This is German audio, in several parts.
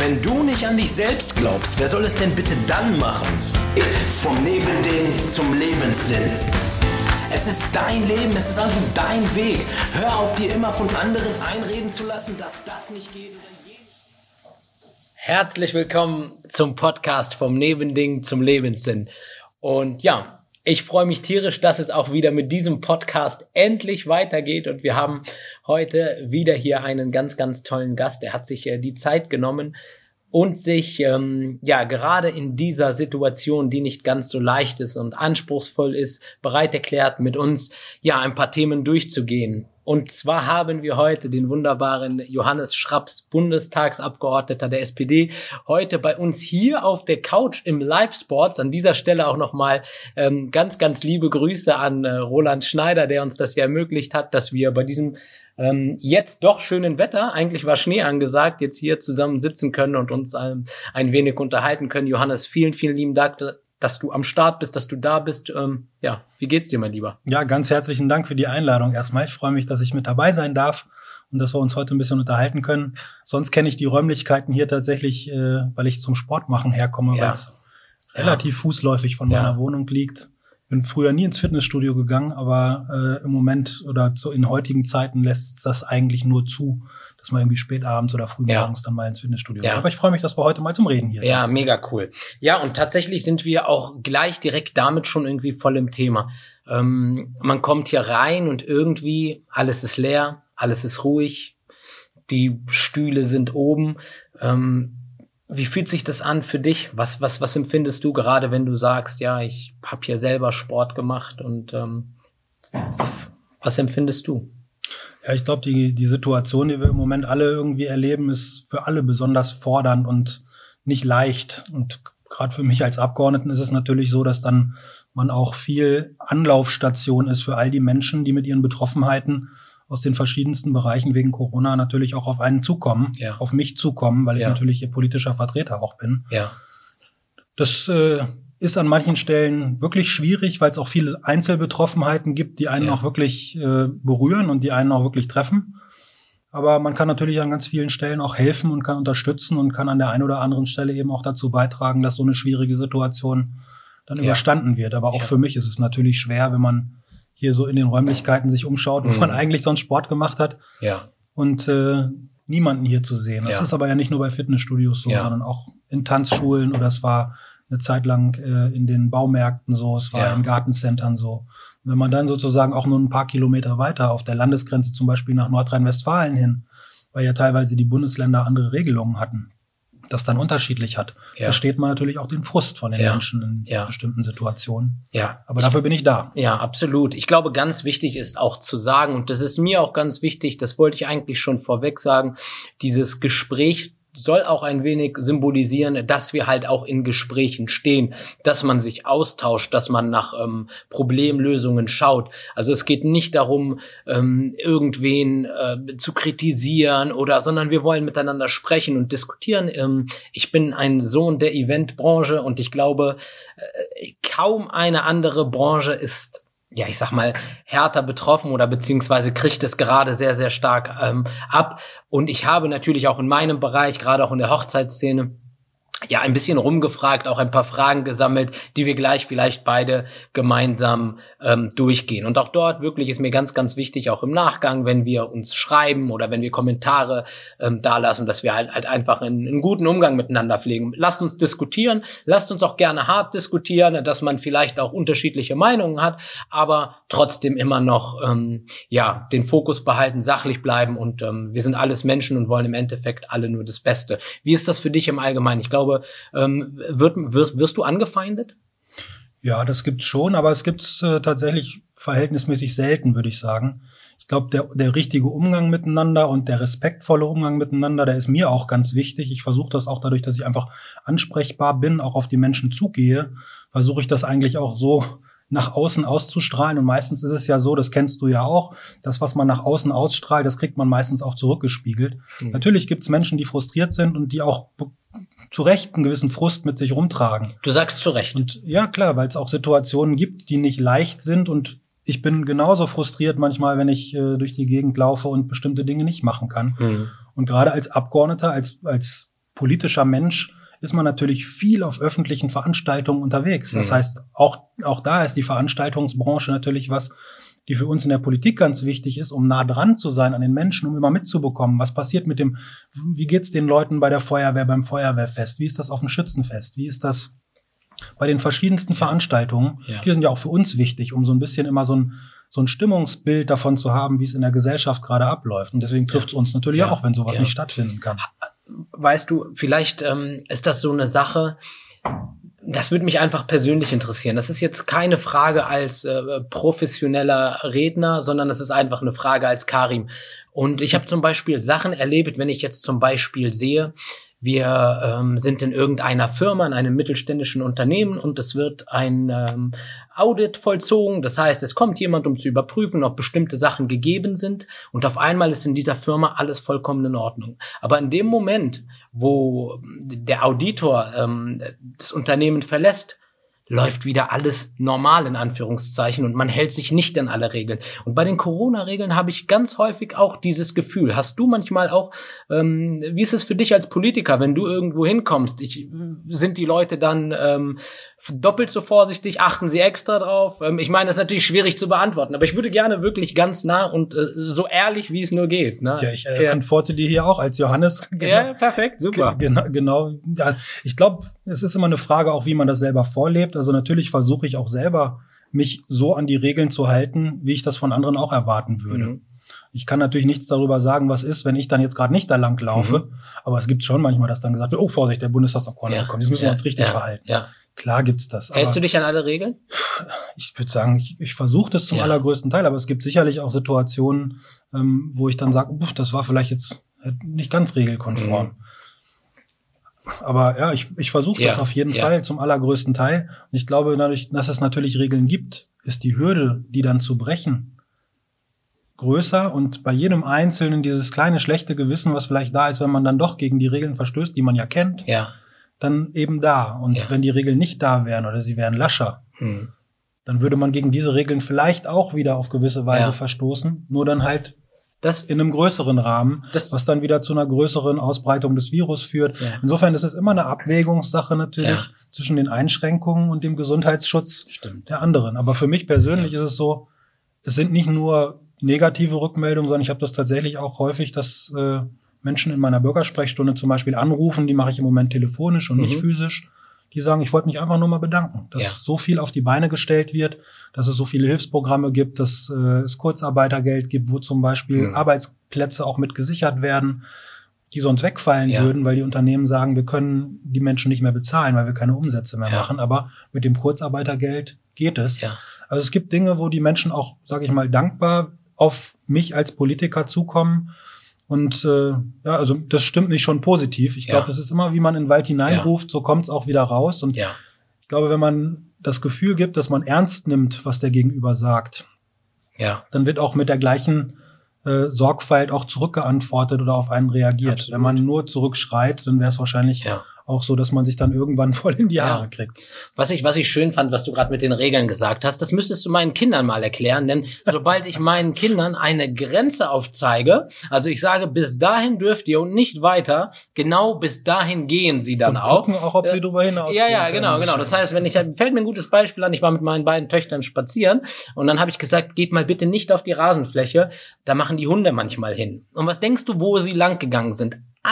Wenn du nicht an dich selbst glaubst, wer soll es denn bitte dann machen? Vom Nebelding zum Lebenssinn. Es ist dein Leben, es ist also dein Weg. Hör auf, dir immer von anderen einreden zu lassen, dass das nicht geht oder jenes. Herzlich willkommen zum Podcast vom Nebending zum Lebenssinn. Und ja, ich freue mich tierisch, dass es auch wieder mit diesem Podcast endlich weitergeht. Und wir haben heute wieder hier einen ganz, ganz tollen Gast. Er hat sich die Zeit genommen und sich gerade in dieser Situation, die nicht ganz so leicht ist und anspruchsvoll ist, bereit erklärt, mit uns ein paar Themen durchzugehen. Und zwar haben wir heute den wunderbaren Johannes Schraps, Bundestagsabgeordneter der SPD, heute bei uns hier auf der Couch im Live-Sports. An dieser Stelle auch nochmal ganz, ganz liebe Grüße an Roland Schneider, der uns das ja ermöglicht hat, dass wir bei diesem jetzt doch schönen Wetter, eigentlich war Schnee angesagt, jetzt hier zusammen sitzen können und uns ein wenig unterhalten können. Johannes, vielen, vielen lieben Dank, dass du am Start bist, dass du da bist. Wie geht's dir, mein Lieber? Ja, ganz herzlichen Dank für die Einladung erstmal. Ich freue mich, dass ich mit dabei sein darf und dass wir uns heute ein bisschen unterhalten können. Sonst kenne ich die Räumlichkeiten hier tatsächlich, weil ich zum Sport machen herkomme, weil es relativ fußläufig von meiner Wohnung liegt. Bin früher nie ins Fitnessstudio gegangen, aber im Moment oder so in heutigen Zeiten lässt das eigentlich nur zu, dass man irgendwie spät abends oder früh morgens dann mal ins Fitnessstudio geht. Aber ich freue mich, dass wir heute mal zum Reden hier sind. Ja, mega cool. Ja, und tatsächlich sind wir auch gleich direkt damit schon irgendwie voll im Thema. Man kommt hier rein und irgendwie alles ist leer, alles ist ruhig, die Stühle sind oben. Wie fühlt sich das an für dich? Was empfindest du gerade, wenn du sagst, ja, ich habe hier selber Sport gemacht und was empfindest du? Ja, ich glaube, die Situation, die wir im Moment alle irgendwie erleben, ist für alle besonders fordernd und nicht leicht. Und gerade für mich als Abgeordneten ist es natürlich so, dass dann man auch viel Anlaufstation ist für all die Menschen, die mit ihren Betroffenheiten aus den verschiedensten Bereichen wegen Corona natürlich auch auf einen zukommen, auf mich zukommen, weil ich natürlich ihr politischer Vertreter auch bin. Ja. Das ist an manchen Stellen wirklich schwierig, weil es auch viele Einzelbetroffenheiten gibt, die einen auch wirklich berühren und die einen auch wirklich treffen. Aber man kann natürlich an ganz vielen Stellen auch helfen und kann unterstützen und kann an der einen oder anderen Stelle eben auch dazu beitragen, dass so eine schwierige Situation dann überstanden wird. Aber auch für mich ist es natürlich schwer, wenn man hier so in den Räumlichkeiten sich umschaut, wo man eigentlich sonst Sport gemacht hat und niemanden hier zu sehen. Das ist aber ja nicht nur bei Fitnessstudios so, sondern auch in Tanzschulen oder es war eine Zeit lang in den Baumärkten so, es war in Gartencentern so. Und wenn man dann sozusagen auch nur ein paar Kilometer weiter auf der Landesgrenze zum Beispiel nach Nordrhein-Westfalen hin, weil ja teilweise die Bundesländer andere Regelungen hatten, das dann unterschiedlich hat, versteht man natürlich auch den Frust von den Menschen in bestimmten Situationen. Ja. Aber dafür bin ich da. Ja, absolut. Ich glaube, ganz wichtig ist auch zu sagen, und das ist mir auch ganz wichtig, das wollte ich eigentlich schon vorweg sagen, dieses Gespräch soll auch ein wenig symbolisieren, dass wir halt auch in Gesprächen stehen, dass man sich austauscht, dass man nach Problemlösungen schaut. Also es geht nicht darum, irgendwen zu kritisieren sondern wir wollen miteinander sprechen und diskutieren. Ich bin ein Sohn der Eventbranche und ich glaube, kaum eine andere Branche ist härter betroffen oder beziehungsweise kriegt es gerade sehr, sehr stark ab. Und ich habe natürlich auch in meinem Bereich, gerade auch in der Hochzeitsszene, ein bisschen rumgefragt, auch ein paar Fragen gesammelt, die wir gleich vielleicht beide gemeinsam durchgehen. Und auch dort wirklich ist mir ganz, ganz wichtig, auch im Nachgang, wenn wir uns schreiben oder wenn wir Kommentare dalassen, dass wir halt einfach einen guten Umgang miteinander pflegen. Lasst uns diskutieren, lasst uns auch gerne hart diskutieren, dass man vielleicht auch unterschiedliche Meinungen hat, aber trotzdem immer noch den Fokus behalten, sachlich bleiben und wir sind alles Menschen und wollen im Endeffekt alle nur das Beste. Wie ist das für dich im Allgemeinen? Ich glaube, wirst du angefeindet? Ja, das gibt's schon, aber es gibt's tatsächlich verhältnismäßig selten, würde ich sagen. Ich glaube, der richtige Umgang miteinander und der respektvolle Umgang miteinander, der ist mir auch ganz wichtig. Ich versuche das auch dadurch, dass ich einfach ansprechbar bin, auch auf die Menschen zugehe, versuche ich das eigentlich auch so nach außen auszustrahlen. Und meistens ist es ja so, das kennst du ja auch, das, was man nach außen ausstrahlt, das kriegt man meistens auch zurückgespiegelt. Natürlich gibt's Menschen, die frustriert sind und die auch zu Recht einen gewissen Frust mit sich rumtragen. Du sagst zu Recht. Und ja, klar, weil es auch Situationen gibt, die nicht leicht sind und ich bin genauso frustriert manchmal, wenn ich durch die Gegend laufe und bestimmte Dinge nicht machen kann. Und gerade als Abgeordneter, als politischer Mensch ist man natürlich viel auf öffentlichen Veranstaltungen unterwegs. Das heißt, auch da ist die Veranstaltungsbranche natürlich was, die für uns in der Politik ganz wichtig ist, um nah dran zu sein an den Menschen, um immer mitzubekommen, was passiert wie geht's den Leuten bei der Feuerwehr, beim Feuerwehrfest, wie ist das auf dem Schützenfest, wie ist das bei den verschiedensten Veranstaltungen, die sind ja auch für uns wichtig, um so ein bisschen immer so ein Stimmungsbild davon zu haben, wie es in der Gesellschaft gerade abläuft. Und deswegen trifft es uns natürlich auch, wenn sowas nicht stattfinden kann. Weißt du, vielleicht ist das so eine Sache, das würde mich einfach persönlich interessieren. Das ist jetzt keine Frage als professioneller Redner, sondern es ist einfach eine Frage als Karim. Und ich habe zum Beispiel Sachen erlebt, wenn ich jetzt zum Beispiel sehe, wir sind in irgendeiner Firma, in einem mittelständischen Unternehmen und es wird ein Audit vollzogen. Das heißt, es kommt jemand, um zu überprüfen, ob bestimmte Sachen gegeben sind und auf einmal ist in dieser Firma alles vollkommen in Ordnung. Aber in dem Moment, wo der Auditor das Unternehmen verlässt, läuft wieder alles normal in Anführungszeichen und man hält sich nicht an alle Regeln. Und bei den Corona-Regeln habe ich ganz häufig auch dieses Gefühl. Hast du manchmal auch, wie ist es für dich als Politiker, wenn du irgendwo hinkommst? Sind die Leute dann doppelt so vorsichtig? Achten sie extra drauf? Ich meine, das ist natürlich schwierig zu beantworten, aber ich würde gerne wirklich ganz nah und so ehrlich, wie es nur geht. Ne? Ja, ich antworte dir hier auch als Johannes. Genau. Ja, perfekt, super. Genau. Ja, ich glaube, es ist immer eine Frage auch, wie man das selber vorlebt. Also natürlich versuche ich auch selber, mich so an die Regeln zu halten, wie ich das von anderen auch erwarten würde. Ich kann natürlich nichts darüber sagen, was ist, wenn ich dann jetzt gerade nicht da lang laufe. Aber es gibt schon manchmal, dass dann gesagt wird, oh Vorsicht, der Bundestagsabgeordnete kommt, jetzt müssen wir uns richtig verhalten. Ja. Klar gibt's das. Hältst du dich an alle Regeln? Ich würde sagen, ich versuche das zum allergrößten Teil, aber es gibt sicherlich auch Situationen, wo ich dann sage, das war vielleicht jetzt nicht ganz regelkonform. Aber ja, ich versuche das auf jeden Fall zum allergrößten Teil. Und ich glaube, dadurch, dass es natürlich Regeln gibt, ist die Hürde, die dann zu brechen, größer. Und bei jedem Einzelnen dieses kleine schlechte Gewissen, was vielleicht da ist, wenn man dann doch gegen die Regeln verstößt, die man ja kennt, dann eben da. Und wenn die Regeln nicht da wären oder sie wären lascher, dann würde man gegen diese Regeln vielleicht auch wieder auf gewisse Weise verstoßen. Nur dann halt das in einem größeren Rahmen, was dann wieder zu einer größeren Ausbreitung des Virus führt. Ja. Insofern ist es immer eine Abwägungssache natürlich zwischen den Einschränkungen und dem Gesundheitsschutz der anderen. Aber für mich persönlich ist es so, es sind nicht nur negative Rückmeldungen, sondern ich habe das tatsächlich auch häufig, dass Menschen in meiner Bürgersprechstunde zum Beispiel anrufen, die mache ich im Moment telefonisch und nicht physisch. Die sagen, ich wollte mich einfach nur mal bedanken, dass so viel auf die Beine gestellt wird, dass es so viele Hilfsprogramme gibt, dass es Kurzarbeitergeld gibt, wo zum Beispiel Arbeitsplätze auch mit gesichert werden, die sonst wegfallen würden, weil die Unternehmen sagen, wir können die Menschen nicht mehr bezahlen, weil wir keine Umsätze mehr machen. Aber mit dem Kurzarbeitergeld geht es. Ja. Also es gibt Dinge, wo die Menschen auch, sage ich mal, dankbar auf mich als Politiker zukommen. Und also das stimmt mich schon positiv. Ich glaube, das ist immer, wie man in den Wald hineinruft, so kommt es auch wieder raus. Und ich glaube, wenn man das Gefühl gibt, dass man ernst nimmt, was der Gegenüber sagt, dann wird auch mit der gleichen Sorgfalt auch zurückgeantwortet oder auf einen reagiert. Absolut. Wenn man nur zurückschreit, dann wäre es wahrscheinlich auch so, dass man sich dann irgendwann voll in die Haare kriegt. Was ich schön fand, was du gerade mit den Regeln gesagt hast, das müsstest du meinen Kindern mal erklären, denn sobald ich meinen Kindern eine Grenze aufzeige, also ich sage, bis dahin dürft ihr und nicht weiter, genau bis dahin gehen sie dann und gucken auch, ob sie drüber hinausgehen. Ja, genau. Das heißt, fällt mir ein gutes Beispiel an, ich war mit meinen beiden Töchtern spazieren und dann habe ich gesagt, geht mal bitte nicht auf die Rasenfläche, da machen die Hunde manchmal hin. Und was denkst du, wo sie lang gegangen sind?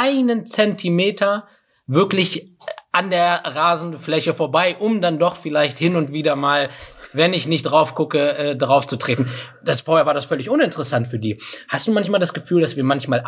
1 Zentimeter wirklich an der Rasenfläche vorbei, um dann doch vielleicht hin und wieder mal, wenn ich nicht drauf gucke, drauf zu treten. Vorher war das völlig uninteressant für die. Hast du manchmal das Gefühl, dass wir manchmal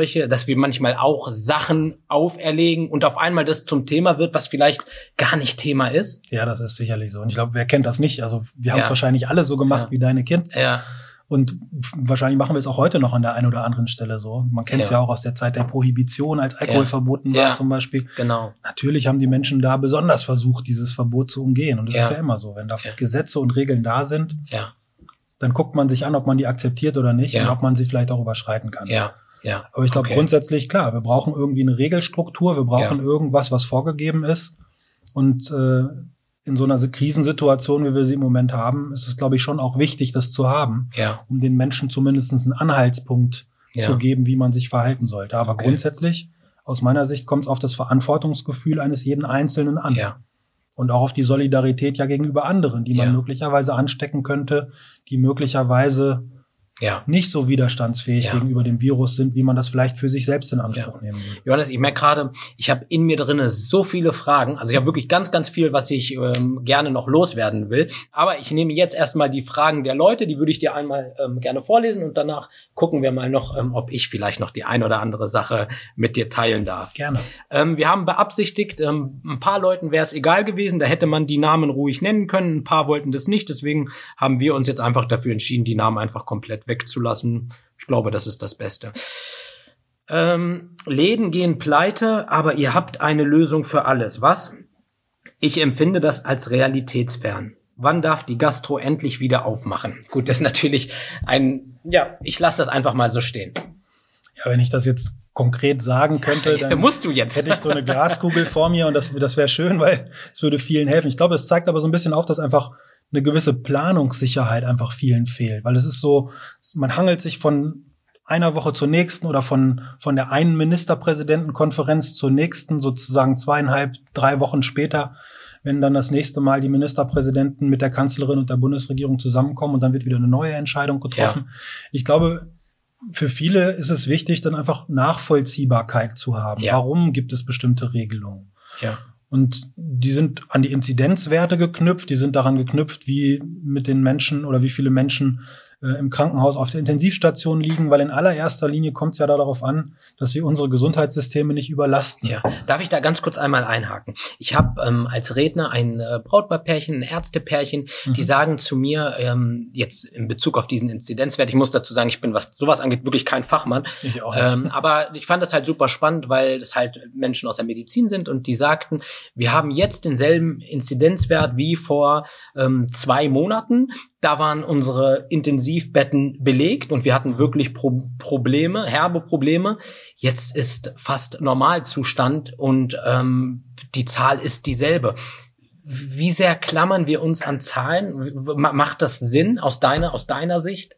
auch Sachen auferlegen und auf einmal das zum Thema wird, was vielleicht gar nicht Thema ist? Ja, das ist sicherlich so. Und ich glaube, wer kennt das nicht? Also wir haben es wahrscheinlich alle so gemacht wie deine Kids. Ja. Und wahrscheinlich machen wir es auch heute noch an der einen oder anderen Stelle so. Man kennt es ja auch aus der Zeit der Prohibition, als Alkohol verboten war zum Beispiel. Genau. Natürlich haben die Menschen da besonders versucht, dieses Verbot zu umgehen. Und das ist ja immer so. Wenn da Gesetze und Regeln da sind, dann guckt man sich an, ob man die akzeptiert oder nicht und ob man sie vielleicht auch überschreiten kann. Ja. Aber ich glaube grundsätzlich, klar, wir brauchen irgendwie eine Regelstruktur, wir brauchen irgendwas, was vorgegeben ist. Und in so einer Krisensituation, wie wir sie im Moment haben, ist es, glaube ich, schon auch wichtig, das zu haben, um den Menschen zumindest einen Anhaltspunkt zu geben, wie man sich verhalten sollte. Aber grundsätzlich, aus meiner Sicht kommt es auf das Verantwortungsgefühl eines jeden Einzelnen an. Ja. Und auch auf die Solidarität ja gegenüber anderen, die man möglicherweise anstecken könnte, die möglicherweise nicht so widerstandsfähig gegenüber dem Virus sind, wie man das vielleicht für sich selbst in Anspruch nehmen würde. Johannes, ich merke gerade, ich habe in mir drinne so viele Fragen. Also ich habe wirklich ganz, ganz viel, was ich gerne noch loswerden will. Aber ich nehme jetzt erstmal die Fragen der Leute, die würde ich dir einmal gerne vorlesen und danach gucken wir mal noch, ob ich vielleicht noch die ein oder andere Sache mit dir teilen darf. Gerne. Wir haben beabsichtigt, ein paar Leuten wäre es egal gewesen, da hätte man die Namen ruhig nennen können, ein paar wollten das nicht, deswegen haben wir uns jetzt einfach dafür entschieden, die Namen einfach komplett wegzulassen. Ich glaube, das ist das Beste. Läden gehen pleite, aber ihr habt eine Lösung für alles. Was? Ich empfinde das als realitätsfern. Wann darf die Gastro endlich wieder aufmachen? Gut, das ist natürlich ich lasse das einfach mal so stehen. Ja, wenn ich das jetzt konkret sagen könnte, dann musst du jetzt. Hätte ich so eine Glaskugel vor mir und das wäre schön, weil es würde vielen helfen. Ich glaube, es zeigt aber so ein bisschen auf, dass einfach eine gewisse Planungssicherheit einfach vielen fehlt, weil es ist so, man hangelt sich von einer Woche zur nächsten oder von der einen Ministerpräsidentenkonferenz zur nächsten, sozusagen 2,5, 3 Wochen später, wenn dann das nächste Mal die Ministerpräsidenten mit der Kanzlerin und der Bundesregierung zusammenkommen und dann wird wieder eine neue Entscheidung getroffen. Ja. Ich glaube, für viele ist es wichtig, dann einfach Nachvollziehbarkeit zu haben. Ja. Warum gibt es bestimmte Regelungen? Ja. Und die sind an die Inzidenzwerte geknüpft, die sind daran geknüpft, wie mit den Menschen oder wie viele Menschen im Krankenhaus auf der Intensivstation liegen, weil in allererster Linie kommt es ja darauf an, dass wir unsere Gesundheitssysteme nicht überlasten. Ja, darf ich da ganz kurz einmal einhaken? Ich habe als Redner ein Brautpaarpärchen, ein Ärztepärchen, die sagen zu mir, jetzt in Bezug auf diesen Inzidenzwert, ich muss dazu sagen, ich bin, was sowas angeht, wirklich kein Fachmann. Ich auch nicht. Aber ich fand das halt super spannend, weil das halt Menschen aus der Medizin sind und die sagten, wir haben jetzt denselben Inzidenzwert wie vor 2 Monaten. Da waren unsere Intensivbetten belegt und wir hatten wirklich Probleme, herbe Probleme. Jetzt ist fast Normalzustand und die Zahl ist dieselbe. Wie sehr klammern wir uns an Zahlen? Macht das Sinn aus deiner Sicht?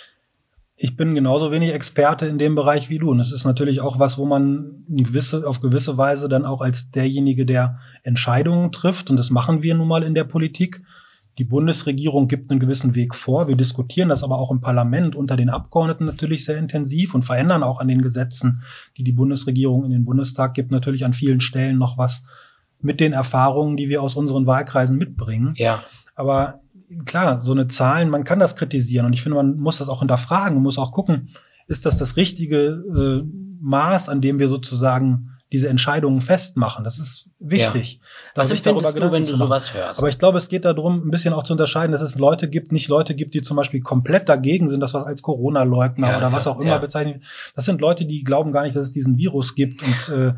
Ich bin genauso wenig Experte in dem Bereich wie du. Und es ist natürlich auch was, wo man auf gewisse Weise dann auch als derjenige, der Entscheidungen trifft, und das machen wir nun mal in der Politik. Die Bundesregierung gibt einen gewissen Weg vor. Wir diskutieren das aber auch im Parlament unter den Abgeordneten natürlich sehr intensiv und verändern auch an den Gesetzen, die die Bundesregierung in den Bundestag gibt, natürlich an vielen Stellen noch was mit den Erfahrungen, die wir aus unseren Wahlkreisen mitbringen. Ja. Aber klar, so eine Zahlen, man kann das kritisieren und ich finde, man muss das auch hinterfragen. Man muss auch gucken, ist das richtige Maß, an dem wir sozusagen diese Entscheidungen festmachen. Das ist wichtig. Ja. Was empfindest du, wenn du sowas hörst? Aber ich glaube, es geht darum, ein bisschen auch zu unterscheiden, dass es Leute gibt, die zum Beispiel komplett dagegen sind, das was als Corona-Leugner oder was auch immer bezeichnet. Das sind Leute, die glauben gar nicht, dass es diesen Virus gibt und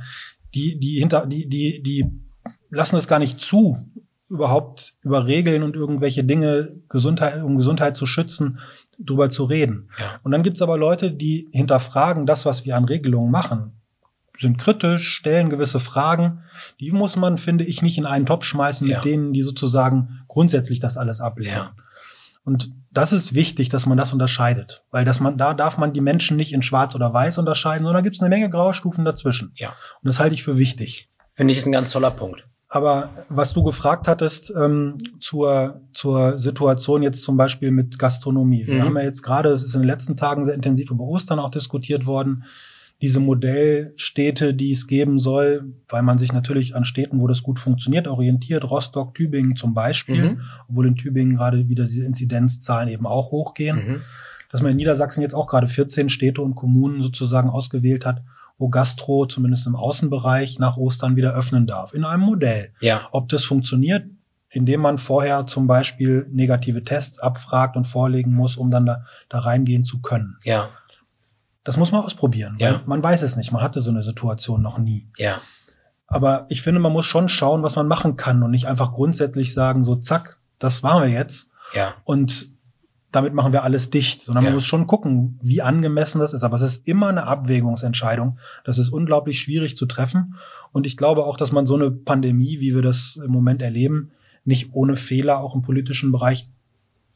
die lassen es gar nicht zu, überhaupt über Regeln und irgendwelche Dinge, um Gesundheit zu schützen, drüber zu reden. Ja. Und dann gibt's aber Leute, die hinterfragen das, was wir an Regelungen machen, sind kritisch, stellen gewisse Fragen. Die muss man, finde ich, nicht in einen Topf schmeißen mit denen, die sozusagen grundsätzlich das alles ablehnen. Ja. Und das ist wichtig, dass man das unterscheidet. Weil da darf man die Menschen nicht in Schwarz oder Weiß unterscheiden, sondern da gibt es eine Menge Graustufen dazwischen. Ja. Und das halte ich für wichtig. Finde ich, ist ein ganz toller Punkt. Aber was du gefragt hattest zur Situation jetzt zum Beispiel mit Gastronomie. Wir haben ja jetzt gerade, es ist in den letzten Tagen sehr intensiv über Ostern auch diskutiert worden, diese Modellstädte, die es geben soll, weil man sich natürlich an Städten, wo das gut funktioniert, orientiert. Rostock, Tübingen zum Beispiel, obwohl in Tübingen gerade wieder diese Inzidenzzahlen eben auch hochgehen. Dass man in Niedersachsen jetzt auch gerade 14 Städte und Kommunen sozusagen ausgewählt hat, wo Gastro zumindest im Außenbereich nach Ostern wieder öffnen darf. In einem Modell. Ja. Ob das funktioniert, indem man vorher zum Beispiel negative Tests abfragt und vorlegen muss, um dann da reingehen zu können. Ja. Das muss man ausprobieren, weil man weiß es nicht. Man hatte so eine Situation noch nie. Ja. Aber ich finde, man muss schon schauen, was man machen kann und nicht einfach grundsätzlich sagen, so zack, das waren wir jetzt. Ja. Und damit machen wir alles dicht. Sondern man muss schon gucken, wie angemessen das ist. Aber es ist immer eine Abwägungsentscheidung. Das ist unglaublich schwierig zu treffen. Und ich glaube auch, dass man so eine Pandemie, wie wir das im Moment erleben, nicht ohne Fehler auch im politischen Bereich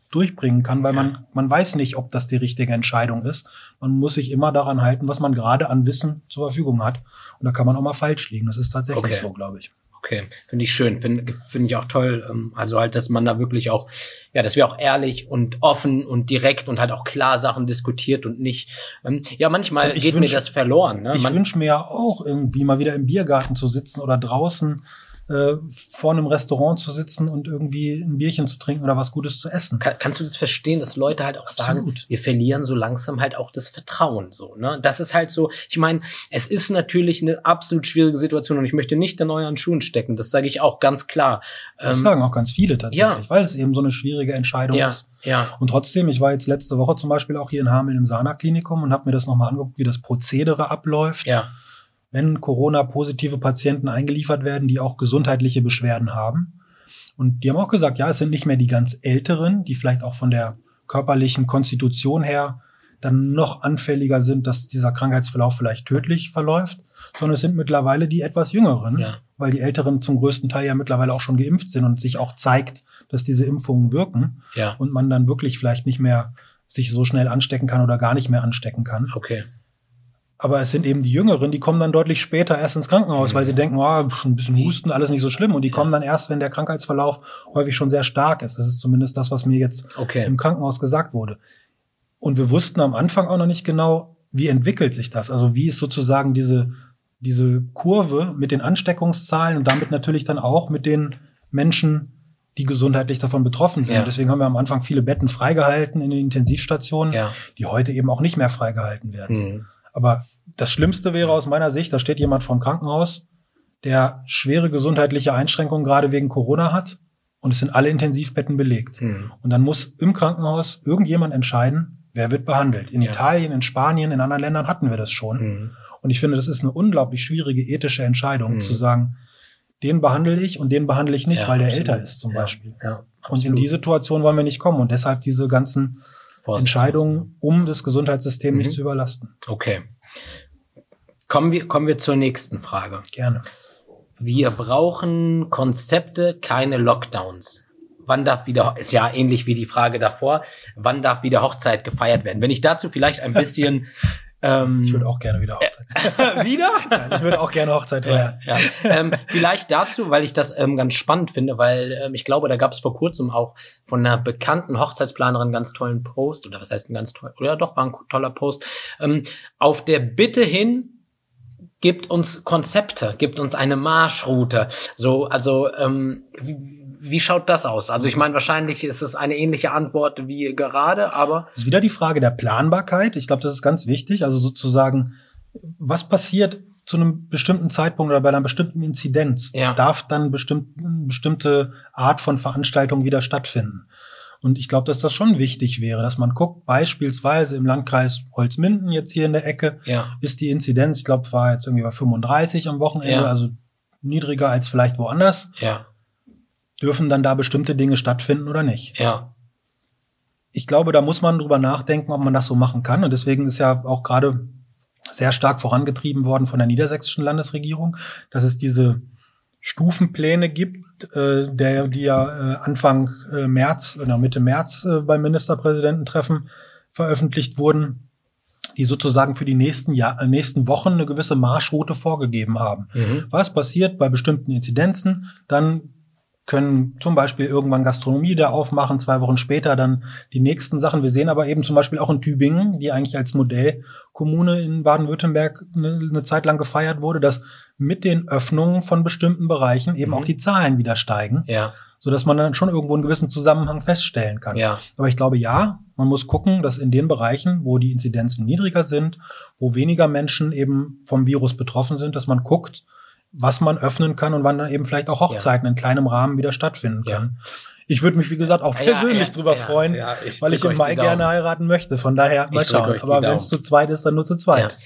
durchbringen kann, weil man weiß nicht, ob das die richtige Entscheidung ist. Man muss sich immer daran halten, was man gerade an Wissen zur Verfügung hat. Und da kann man auch mal falsch liegen. Das ist tatsächlich so, glaube ich. Okay, finde ich schön, finde ich auch toll. Also halt, dass man da wirklich auch, ja, dass wir auch ehrlich und offen und direkt und halt auch klar Sachen diskutiert und nicht, ja, manchmal geht mir das verloren. Ne? Ich wünsche mir ja auch irgendwie mal wieder im Biergarten zu sitzen oder draußen vor einem Restaurant zu sitzen und irgendwie ein Bierchen zu trinken oder was Gutes zu essen. Kannst du das verstehen, dass Leute halt auch sagen, wir verlieren so langsam halt auch das Vertrauen, so, ne? Das ist halt so, ich meine, es ist natürlich eine absolut schwierige Situation und ich möchte nicht in euren Schuhen stecken, das sage ich auch ganz klar. Das sagen auch ganz viele tatsächlich, weil es eben so eine schwierige Entscheidung ist. Ja. Und trotzdem, ich war jetzt letzte Woche zum Beispiel auch hier in Hameln im Sana-Klinikum und habe mir das nochmal angeguckt, wie das Prozedere abläuft. Ja. Wenn Corona-positive Patienten eingeliefert werden, die auch gesundheitliche Beschwerden haben. Und die haben auch gesagt, ja, es sind nicht mehr die ganz Älteren, die vielleicht auch von der körperlichen Konstitution her dann noch anfälliger sind, dass dieser Krankheitsverlauf vielleicht tödlich verläuft, sondern es sind mittlerweile die etwas Jüngeren, weil die Älteren zum größten Teil ja mittlerweile auch schon geimpft sind und sich auch zeigt, dass diese Impfungen wirken und man dann wirklich vielleicht nicht mehr sich so schnell anstecken kann oder gar nicht mehr anstecken kann. Okay. Aber es sind eben die Jüngeren, die kommen dann deutlich später erst ins Krankenhaus, weil sie denken, ein bisschen Husten, alles nicht so schlimm. Und die kommen dann erst, wenn der Krankheitsverlauf häufig schon sehr stark ist. Das ist zumindest das, was mir jetzt im Krankenhaus gesagt wurde. Und wir wussten am Anfang auch noch nicht genau, wie entwickelt sich das? Also wie ist sozusagen diese Kurve mit den Ansteckungszahlen und damit natürlich dann auch mit den Menschen, die gesundheitlich davon betroffen sind. Deswegen haben wir am Anfang viele Betten freigehalten in den Intensivstationen, die heute eben auch nicht mehr freigehalten werden. Aber das Schlimmste wäre aus meiner Sicht, da steht jemand vorm Krankenhaus, der schwere gesundheitliche Einschränkungen gerade wegen Corona hat und es sind alle Intensivbetten belegt. Und dann muss im Krankenhaus irgendjemand entscheiden, wer wird behandelt. In Italien, in Spanien, in anderen Ländern hatten wir das schon. Und ich finde, das ist eine unglaublich schwierige ethische Entscheidung, zu sagen, den behandle ich und den behandle ich nicht, weil der älter ist zum Beispiel. Und in die Situation wollen wir nicht kommen und deshalb diese ganzen Entscheidungen, um das Gesundheitssystem nicht zu überlasten. Okay. Kommen wir zur nächsten Frage. Gerne. Wir brauchen Konzepte, keine Lockdowns. Wann darf wieder, ist ja ähnlich wie die Frage davor, wann darf wieder Hochzeit gefeiert werden? Wenn ich dazu vielleicht ein bisschen ich würde auch gerne wieder Hochzeit. Wieder? Nein, ich würde auch gerne Hochzeit feiern. Vielleicht dazu, weil ich das ganz spannend finde, weil ich glaube, da gab es vor kurzem auch von einer bekannten Hochzeitsplanerin einen ganz tollen Post, oder was heißt ein ganz toll, oder doch, war ein toller Post, auf der Bitte hin, gibt uns Konzepte, gibt uns eine Marschroute. So, also wie schaut das aus? Also ich meine, wahrscheinlich ist es eine ähnliche Antwort wie gerade, aber... Das ist wieder die Frage der Planbarkeit. Ich glaube, das ist ganz wichtig. Also sozusagen, was passiert zu einem bestimmten Zeitpunkt oder bei einer bestimmten Inzidenz? Darf dann eine bestimmte Art von Veranstaltung wieder stattfinden? Und ich glaube, dass das schon wichtig wäre, dass man guckt, beispielsweise im Landkreis Holzminden, jetzt hier in der Ecke, ist die Inzidenz, ich glaube, war jetzt irgendwie bei 35 am Wochenende, also niedriger als vielleicht woanders. Dürfen dann da bestimmte Dinge stattfinden oder nicht? Ich glaube, da muss man drüber nachdenken, ob man das so machen kann. Und deswegen ist ja auch gerade sehr stark vorangetrieben worden von der niedersächsischen Landesregierung, dass es diese Stufenpläne gibt, die ja Anfang März oder Mitte März beim Ministerpräsidententreffen veröffentlicht wurden, die sozusagen für die nächsten Wochen eine gewisse Marschroute vorgegeben haben. Was passiert bei bestimmten Inzidenzen? Dann können zum Beispiel irgendwann Gastronomie da aufmachen, 2 Wochen später dann die nächsten Sachen. Wir sehen aber eben zum Beispiel auch in Tübingen, die eigentlich als Modellkommune in Baden-Württemberg eine Zeit lang gefeiert wurde, dass mit den Öffnungen von bestimmten Bereichen eben auch die Zahlen wieder steigen, sodass man dann schon irgendwo einen gewissen Zusammenhang feststellen kann. Aber ich glaube, man muss gucken, dass in den Bereichen, wo die Inzidenzen niedriger sind, wo weniger Menschen eben vom Virus betroffen sind, dass man guckt, was man öffnen kann und wann dann eben vielleicht auch Hochzeiten in kleinem Rahmen wieder stattfinden können. Ich würde mich, wie gesagt, auch persönlich drüber freuen, weil ich im Mai gerne heiraten möchte. Von daher mal schauen. Aber wenn es zu zweit ist, dann nur zu zweit.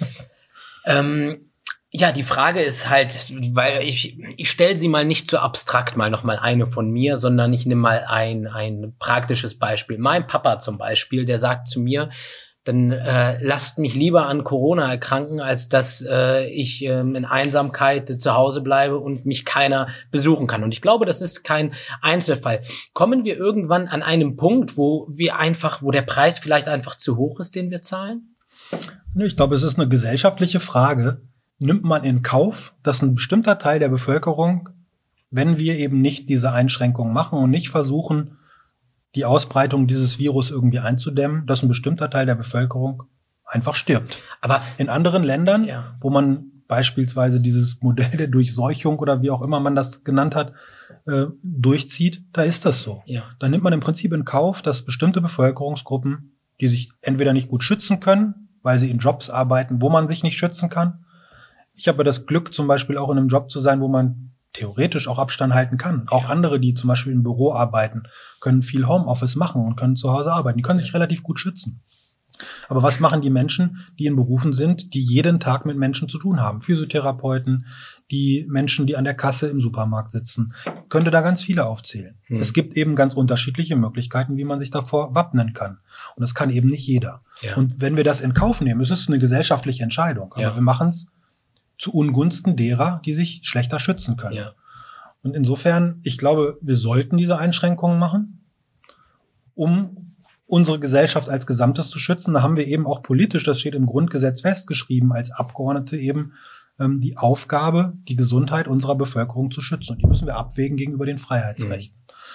Die Frage ist halt, weil ich stelle sie mal nicht so abstrakt mal nochmal eine von mir, sondern ich nehme mal ein praktisches Beispiel. Mein Papa zum Beispiel, der sagt zu mir, dann lasst mich lieber an Corona erkranken, als dass ich in Einsamkeit zu Hause bleibe und mich keiner besuchen kann. Und ich glaube, das ist kein Einzelfall. Kommen wir irgendwann an einem Punkt, wo der Preis vielleicht einfach zu hoch ist, den wir zahlen? Ich glaube, es ist eine gesellschaftliche Frage. Nimmt man in Kauf, dass ein bestimmter Teil der Bevölkerung, wenn wir eben nicht diese Einschränkungen machen und nicht versuchen, die Ausbreitung dieses Virus irgendwie einzudämmen, dass ein bestimmter Teil der Bevölkerung einfach stirbt. Aber in anderen Ländern, wo man beispielsweise dieses Modell der Durchseuchung oder wie auch immer man das genannt hat, durchzieht, da ist das so. Ja. Da nimmt man im Prinzip in Kauf, dass bestimmte Bevölkerungsgruppen, die sich entweder nicht gut schützen können, weil sie in Jobs arbeiten, wo man sich nicht schützen kann. Ich habe das Glück, zum Beispiel auch in einem Job zu sein, wo man theoretisch auch Abstand halten kann. Auch andere, die zum Beispiel im Büro arbeiten, können viel Homeoffice machen und können zu Hause arbeiten. Die können sich relativ gut schützen. Aber was machen die Menschen, die in Berufen sind, die jeden Tag mit Menschen zu tun haben? Physiotherapeuten, die Menschen, die an der Kasse im Supermarkt sitzen. Ich könnte da ganz viele aufzählen. Es gibt eben ganz unterschiedliche Möglichkeiten, wie man sich davor wappnen kann. Und das kann eben nicht jeder. Ja. Und wenn wir das in Kauf nehmen, es ist eine gesellschaftliche Entscheidung. Aber wir machen es zu Ungunsten derer, die sich schlechter schützen können. Ja. Und insofern, ich glaube, wir sollten diese Einschränkungen machen, um unsere Gesellschaft als Gesamtes zu schützen. Da haben wir eben auch politisch, das steht im Grundgesetz festgeschrieben, als Abgeordnete eben die Aufgabe, die Gesundheit unserer Bevölkerung zu schützen. Und die müssen wir abwägen gegenüber den Freiheitsrechten.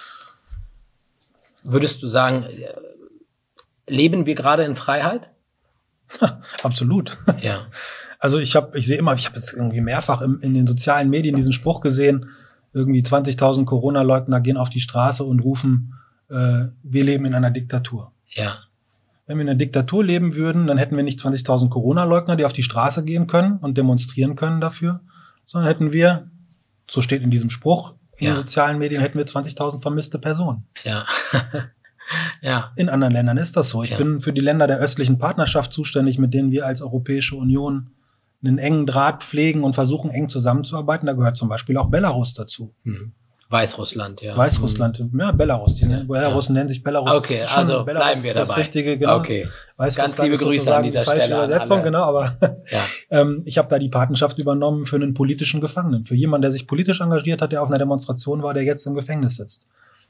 Würdest du sagen, leben wir gerade in Freiheit? Absolut. Ja. Also ich habe jetzt irgendwie mehrfach in den sozialen Medien diesen Spruch gesehen, irgendwie 20.000 Corona-Leugner gehen auf die Straße und rufen, wir leben in einer Diktatur. Ja. Wenn wir in einer Diktatur leben würden, dann hätten wir nicht 20.000 Corona-Leugner, die auf die Straße gehen können und demonstrieren können dafür, sondern hätten wir, so steht in diesem Spruch, in den sozialen Medien hätten wir 20.000 vermisste Personen. Ja. Ja. In anderen Ländern ist das so. Ich bin für die Länder der östlichen Partnerschaft zuständig, mit denen wir als Europäische Union einen engen Draht pflegen und versuchen, eng zusammenzuarbeiten. Da gehört zum Beispiel auch Belarus dazu. Weißrussland, ja. Weißrussland, ja, Belarus. Belarus nennen sich Belarus. Okay, also Belarus bleiben wir dabei. Das Richtige, genau. Okay. Weißrussland ganz liebe Grüße an dieser die falsche Stelle. Übersetzung, genau, aber ja. Ich habe da die Patenschaft übernommen für einen politischen Gefangenen. Für jemanden, der sich politisch engagiert hat, der auf einer Demonstration war, der jetzt im Gefängnis sitzt.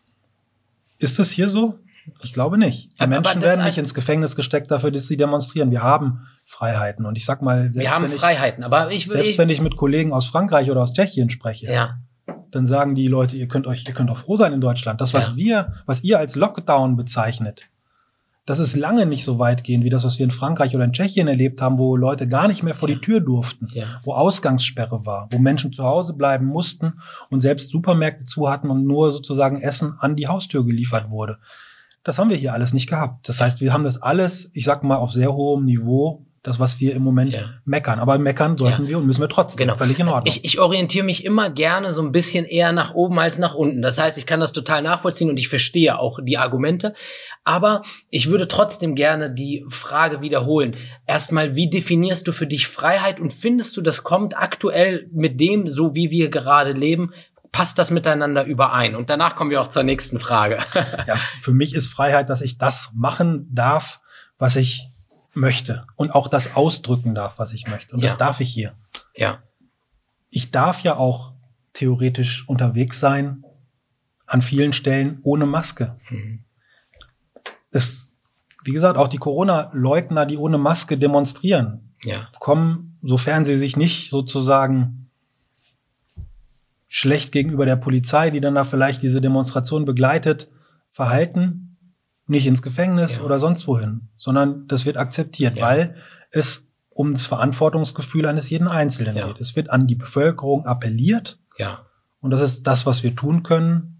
Ist das hier so? Ich glaube nicht. Die Menschen werden nicht ins Gefängnis gesteckt dafür, dass sie demonstrieren. Wir haben Freiheiten. Und ich sag mal, selbst wenn ich mit Kollegen aus Frankreich oder aus Tschechien spreche, dann sagen die Leute, ihr könnt auch froh sein in Deutschland. Das, was ihr als Lockdown bezeichnet, das ist lange nicht so weitgehend wie das, was wir in Frankreich oder in Tschechien erlebt haben, wo Leute gar nicht mehr vor die Tür durften, wo Ausgangssperre war, wo Menschen zu Hause bleiben mussten und selbst Supermärkte zu hatten und nur sozusagen Essen an die Haustür geliefert wurde. Das haben wir hier alles nicht gehabt. Das heißt, wir haben das alles, ich sag mal, auf sehr hohem Niveau, das, was wir im Moment meckern. Aber meckern sollten wir und müssen wir trotzdem. Genau. Völlig in Ordnung. Ich orientiere mich immer gerne so ein bisschen eher nach oben als nach unten. Das heißt, ich kann das total nachvollziehen und ich verstehe auch die Argumente. Aber ich würde trotzdem gerne die Frage wiederholen. Erstmal, wie definierst du für dich Freiheit und findest du, das kommt aktuell mit dem, so wie wir gerade leben, passt das miteinander überein? Und danach kommen wir auch zur nächsten Frage. Ja, für mich ist Freiheit, dass ich das machen darf, was ich möchte. Und auch das ausdrücken darf, was ich möchte. Und das darf ich hier. Ja. Ich darf ja auch theoretisch unterwegs sein, an vielen Stellen ohne Maske. Wie gesagt, auch die Corona-Leugner, die ohne Maske demonstrieren, kommen, sofern sie sich nicht sozusagen schlecht gegenüber der Polizei, die dann da vielleicht diese Demonstration begleitet, verhalten, nicht ins Gefängnis oder sonst wohin, sondern das wird akzeptiert, weil es um das Verantwortungsgefühl eines jeden Einzelnen geht. Es wird an die Bevölkerung appelliert und das ist das, was wir tun können,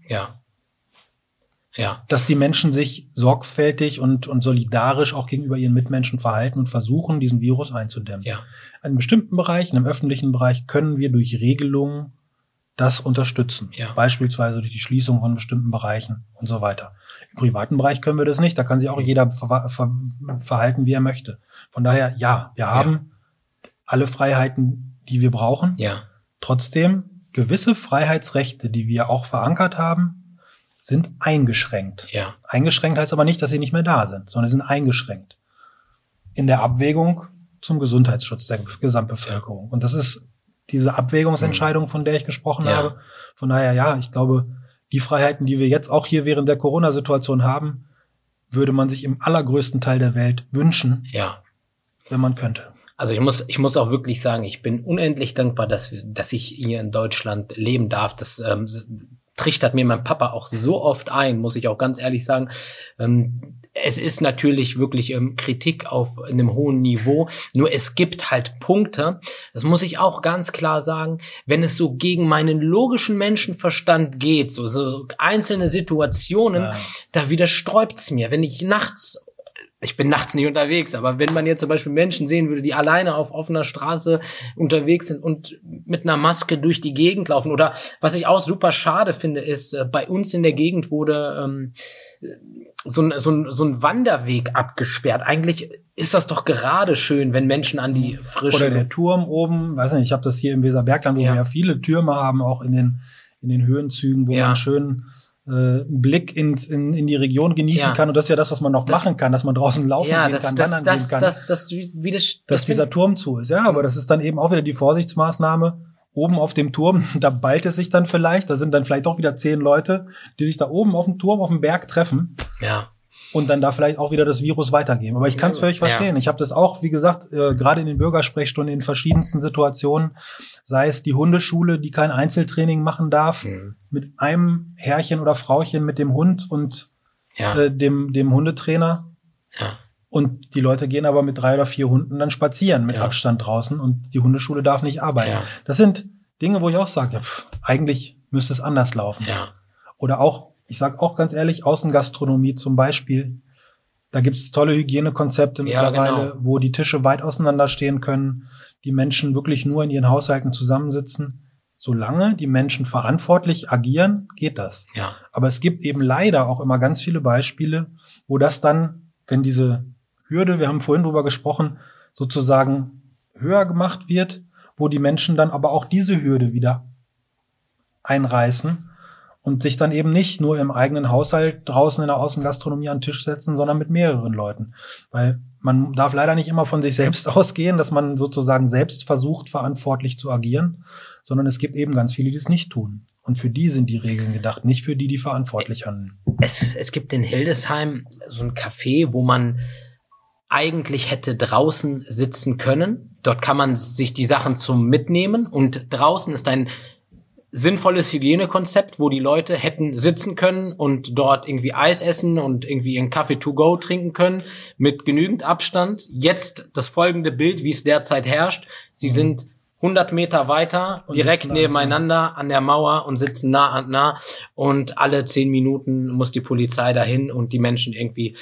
dass die Menschen sich sorgfältig und solidarisch auch gegenüber ihren Mitmenschen verhalten und versuchen, diesen Virus einzudämmen. In einem bestimmten Bereich, in einem öffentlichen Bereich, können wir durch Regelungen das unterstützen. Beispielsweise durch die Schließung von bestimmten Bereichen und so weiter. Im privaten Bereich können wir das nicht. Da kann sich auch jeder verhalten, wie er möchte. Von daher, wir haben alle Freiheiten, die wir brauchen. Trotzdem, gewisse Freiheitsrechte, die wir auch verankert haben, sind eingeschränkt. Eingeschränkt heißt aber nicht, dass sie nicht mehr da sind, sondern sie sind eingeschränkt. in der Abwägung zum Gesundheitsschutz der Gesamtbevölkerung. Und das ist diese Abwägungsentscheidung, von der ich gesprochen habe. Von daher, ja, ich glaube, die Freiheiten, die wir jetzt auch hier während der Corona-Situation haben, würde man sich im allergrößten Teil der Welt wünschen, wenn man könnte. Also ich muss auch wirklich sagen, ich bin unendlich dankbar, dass ich hier in Deutschland leben darf. Das trichtert mir mein Papa auch so oft ein, muss ich auch ganz ehrlich sagen. Es ist natürlich wirklich Kritik auf einem hohen Niveau, nur es gibt halt Punkte, das muss ich auch ganz klar sagen, wenn es so gegen meinen logischen Menschenverstand geht, so einzelne Situationen, da widersträubt's mir. Wenn ich bin nachts nicht unterwegs, aber wenn man jetzt zum Beispiel Menschen sehen würde, die alleine auf offener Straße unterwegs sind und mit einer Maske durch die Gegend laufen, oder was ich auch super schade finde, ist, bei uns in der Gegend wurde so ein Wanderweg abgesperrt. Eigentlich ist das doch gerade schön, wenn Menschen an die frische... Oder der Turm oben, weiß nicht, ich habe das hier im Weserbergland, wo wir ja viele Türme haben, auch in den Höhenzügen, wo man schön einen Blick in die Region genießen kann. Und das ist ja das, was man noch machen kann, dass man draußen laufen gehen kann, wandern gehen kann. Dass dieser Turm zu ist. Ja, aber das ist dann eben auch wieder die Vorsichtsmaßnahme. Oben auf dem Turm, da ballt es sich dann vielleicht, da sind dann vielleicht doch wieder 10 Leute, die sich da oben auf dem Turm, auf dem Berg treffen. Ja. Und dann da vielleicht auch wieder das Virus weitergeben. Aber ich kann es völlig verstehen. Ich habe das auch, wie gesagt, gerade in den Bürgersprechstunden in verschiedensten Situationen, sei es die Hundeschule, die kein Einzeltraining machen darf, mit einem Herrchen oder Frauchen mit dem Hund und dem Hundetrainer. Ja. Und die Leute gehen aber mit 3 oder 4 Hunden dann spazieren mit Abstand draußen und die Hundeschule darf nicht arbeiten. Ja. Das sind Dinge, wo ich auch sage, eigentlich müsste es anders laufen. Ja. Oder auch, ich sage auch ganz ehrlich, Außengastronomie zum Beispiel. Da gibt es tolle Hygienekonzepte mittlerweile, wo die Tische weit auseinander stehen können, die Menschen wirklich nur in ihren Haushalten zusammensitzen. Solange die Menschen verantwortlich agieren, geht das. Ja. Aber es gibt eben leider auch immer ganz viele Beispiele, wo das dann, wenn diese Hürde, wir haben vorhin drüber gesprochen, sozusagen höher gemacht wird, wo die Menschen dann aber auch diese Hürde wieder einreißen und sich dann eben nicht nur im eigenen Haushalt draußen in der Außengastronomie an den Tisch setzen, sondern mit mehreren Leuten. Weil man darf leider nicht immer von sich selbst ausgehen, dass man sozusagen selbst versucht, verantwortlich zu agieren, sondern es gibt eben ganz viele, die es nicht tun. Und für die sind die Regeln gedacht, nicht für die verantwortlich handeln. Es gibt in Hildesheim so ein Café, wo man eigentlich hätte draußen sitzen können. Dort kann man sich die Sachen zum Mitnehmen und draußen ist ein sinnvolles Hygienekonzept, wo die Leute hätten sitzen können und dort irgendwie Eis essen und irgendwie ihren Kaffee to go trinken können mit genügend Abstand. Jetzt das folgende Bild, wie es derzeit herrscht. Sie sind 100 Meter weiter, und direkt nebeneinander an der Mauer und sitzen nah an nah und alle 10 Minuten muss die Polizei dahin und die Menschen irgendwie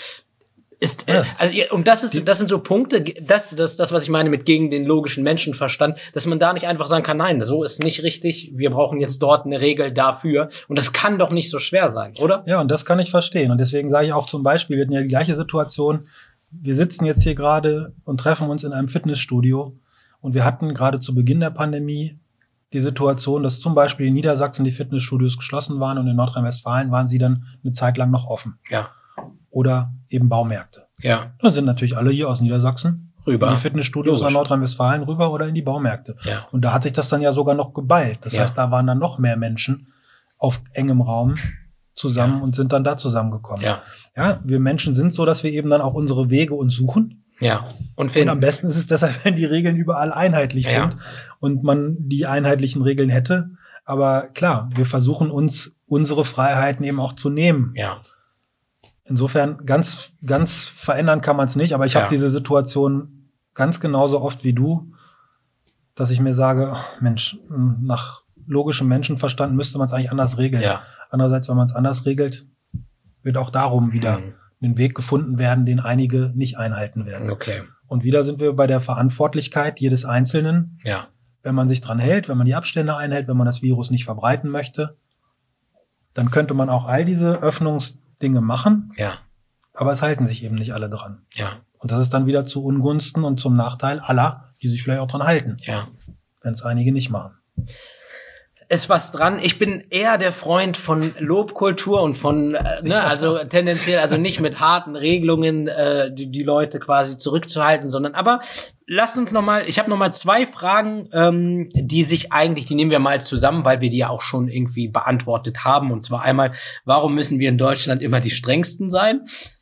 und das sind so Punkte, das, was ich meine mit gegen den logischen Menschenverstand, dass man da nicht einfach sagen kann, nein, so ist nicht richtig, wir brauchen jetzt dort eine Regel dafür und das kann doch nicht so schwer sein, oder? Ja, und das kann ich verstehen und deswegen sage ich auch zum Beispiel, wir hatten ja die gleiche Situation, wir sitzen jetzt hier gerade und treffen uns in einem Fitnessstudio und wir hatten gerade zu Beginn der Pandemie die Situation, dass zum Beispiel in Niedersachsen die Fitnessstudios geschlossen waren und in Nordrhein-Westfalen waren sie dann eine Zeit lang noch offen. Ja. Oder eben Baumärkte. Ja. Dann sind natürlich alle hier aus Niedersachsen rüber. In die Fitnessstudios nach Nordrhein-Westfalen rüber oder in die Baumärkte. Ja. Und da hat sich das dann ja sogar noch geballt. Das heißt, da waren dann noch mehr Menschen auf engem Raum zusammen und sind dann da zusammengekommen. Ja. Ja, wir Menschen sind so, dass wir eben dann auch unsere Wege uns suchen. Ja. Und am besten ist es deshalb, wenn die Regeln überall einheitlich sind und man die einheitlichen Regeln hätte. Aber klar, wir versuchen uns unsere Freiheiten eben auch zu nehmen. Ja. Insofern ganz verändern kann man es nicht, aber ich habe diese Situation ganz genauso oft wie du, dass ich mir sage, Mensch, nach logischem Menschenverstand müsste man es eigentlich anders regeln. Ja. Andererseits, wenn man es anders regelt, wird auch darum wieder ein Weg gefunden werden, den einige nicht einhalten werden. Okay. Und wieder sind wir bei der Verantwortlichkeit jedes Einzelnen. Ja. Wenn man sich dran hält, wenn man die Abstände einhält, wenn man das Virus nicht verbreiten möchte, dann könnte man auch all diese Öffnungsdinge machen. Ja. Aber es halten sich eben nicht alle dran. Ja. Und das ist dann wieder zu Ungunsten und zum Nachteil aller, die sich vielleicht auch dran halten. Ja. Wenn es einige nicht machen. ist was dran. Ich bin eher der Freund von Lobkultur und von, also tendenziell, also nicht mit harten Regelungen die Leute quasi zurückzuhalten, sondern aber lasst uns ich habe nochmal 2 Fragen, die nehmen wir mal zusammen, weil wir die ja auch schon irgendwie beantwortet haben. Und zwar einmal, warum müssen wir in Deutschland immer die strengsten sein?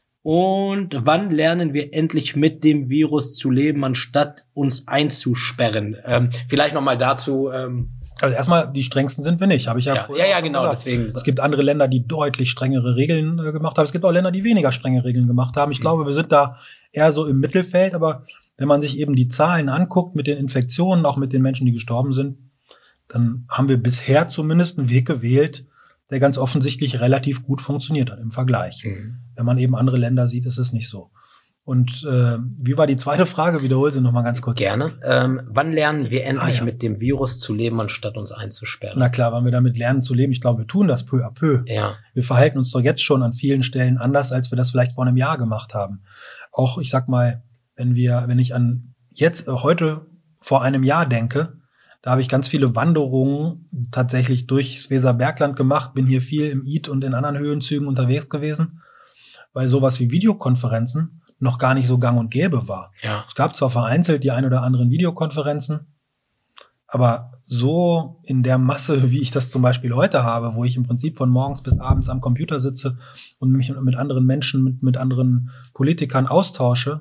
Und wann lernen wir endlich mit dem Virus zu leben, anstatt uns einzusperren? Vielleicht nochmal dazu. Also erstmal, die strengsten sind wir nicht, habe ich ja vorher ja, genau, gesagt. Deswegen. Es gibt andere Länder, die deutlich strengere Regeln gemacht haben. Es gibt auch Länder, die weniger strenge Regeln gemacht haben. Ich glaube, wir sind da eher so im Mittelfeld, aber wenn man sich eben die Zahlen anguckt mit den Infektionen, auch mit den Menschen, die gestorben sind, dann haben wir bisher zumindest einen Weg gewählt, der ganz offensichtlich relativ gut funktioniert hat im Vergleich. Wenn man eben andere Länder sieht, ist es nicht so. Und wie war die zweite Frage? Wiederhol sie noch mal ganz kurz. Gerne. Wann lernen wir endlich mit dem Virus zu leben, anstatt uns einzusperren? Na klar, wann wir damit lernen zu leben. Ich glaube, wir tun das peu à peu. Ja. Wir verhalten uns doch jetzt schon an vielen Stellen anders, als wir das vielleicht vor einem Jahr gemacht haben. Auch, ich sag mal, wenn ich an heute vor einem Jahr denke, da habe ich ganz viele Wanderungen tatsächlich durchs Weserbergland gemacht, bin hier viel im Id und in anderen Höhenzügen unterwegs gewesen, weil sowas wie Videokonferenzen noch gar nicht so gang und gäbe war. Ja. Es gab zwar vereinzelt die ein oder anderen Videokonferenzen, aber so in der Masse, wie ich das zum Beispiel heute habe, wo ich im Prinzip von morgens bis abends am Computer sitze und mich mit anderen Menschen, mit anderen Politikern austausche,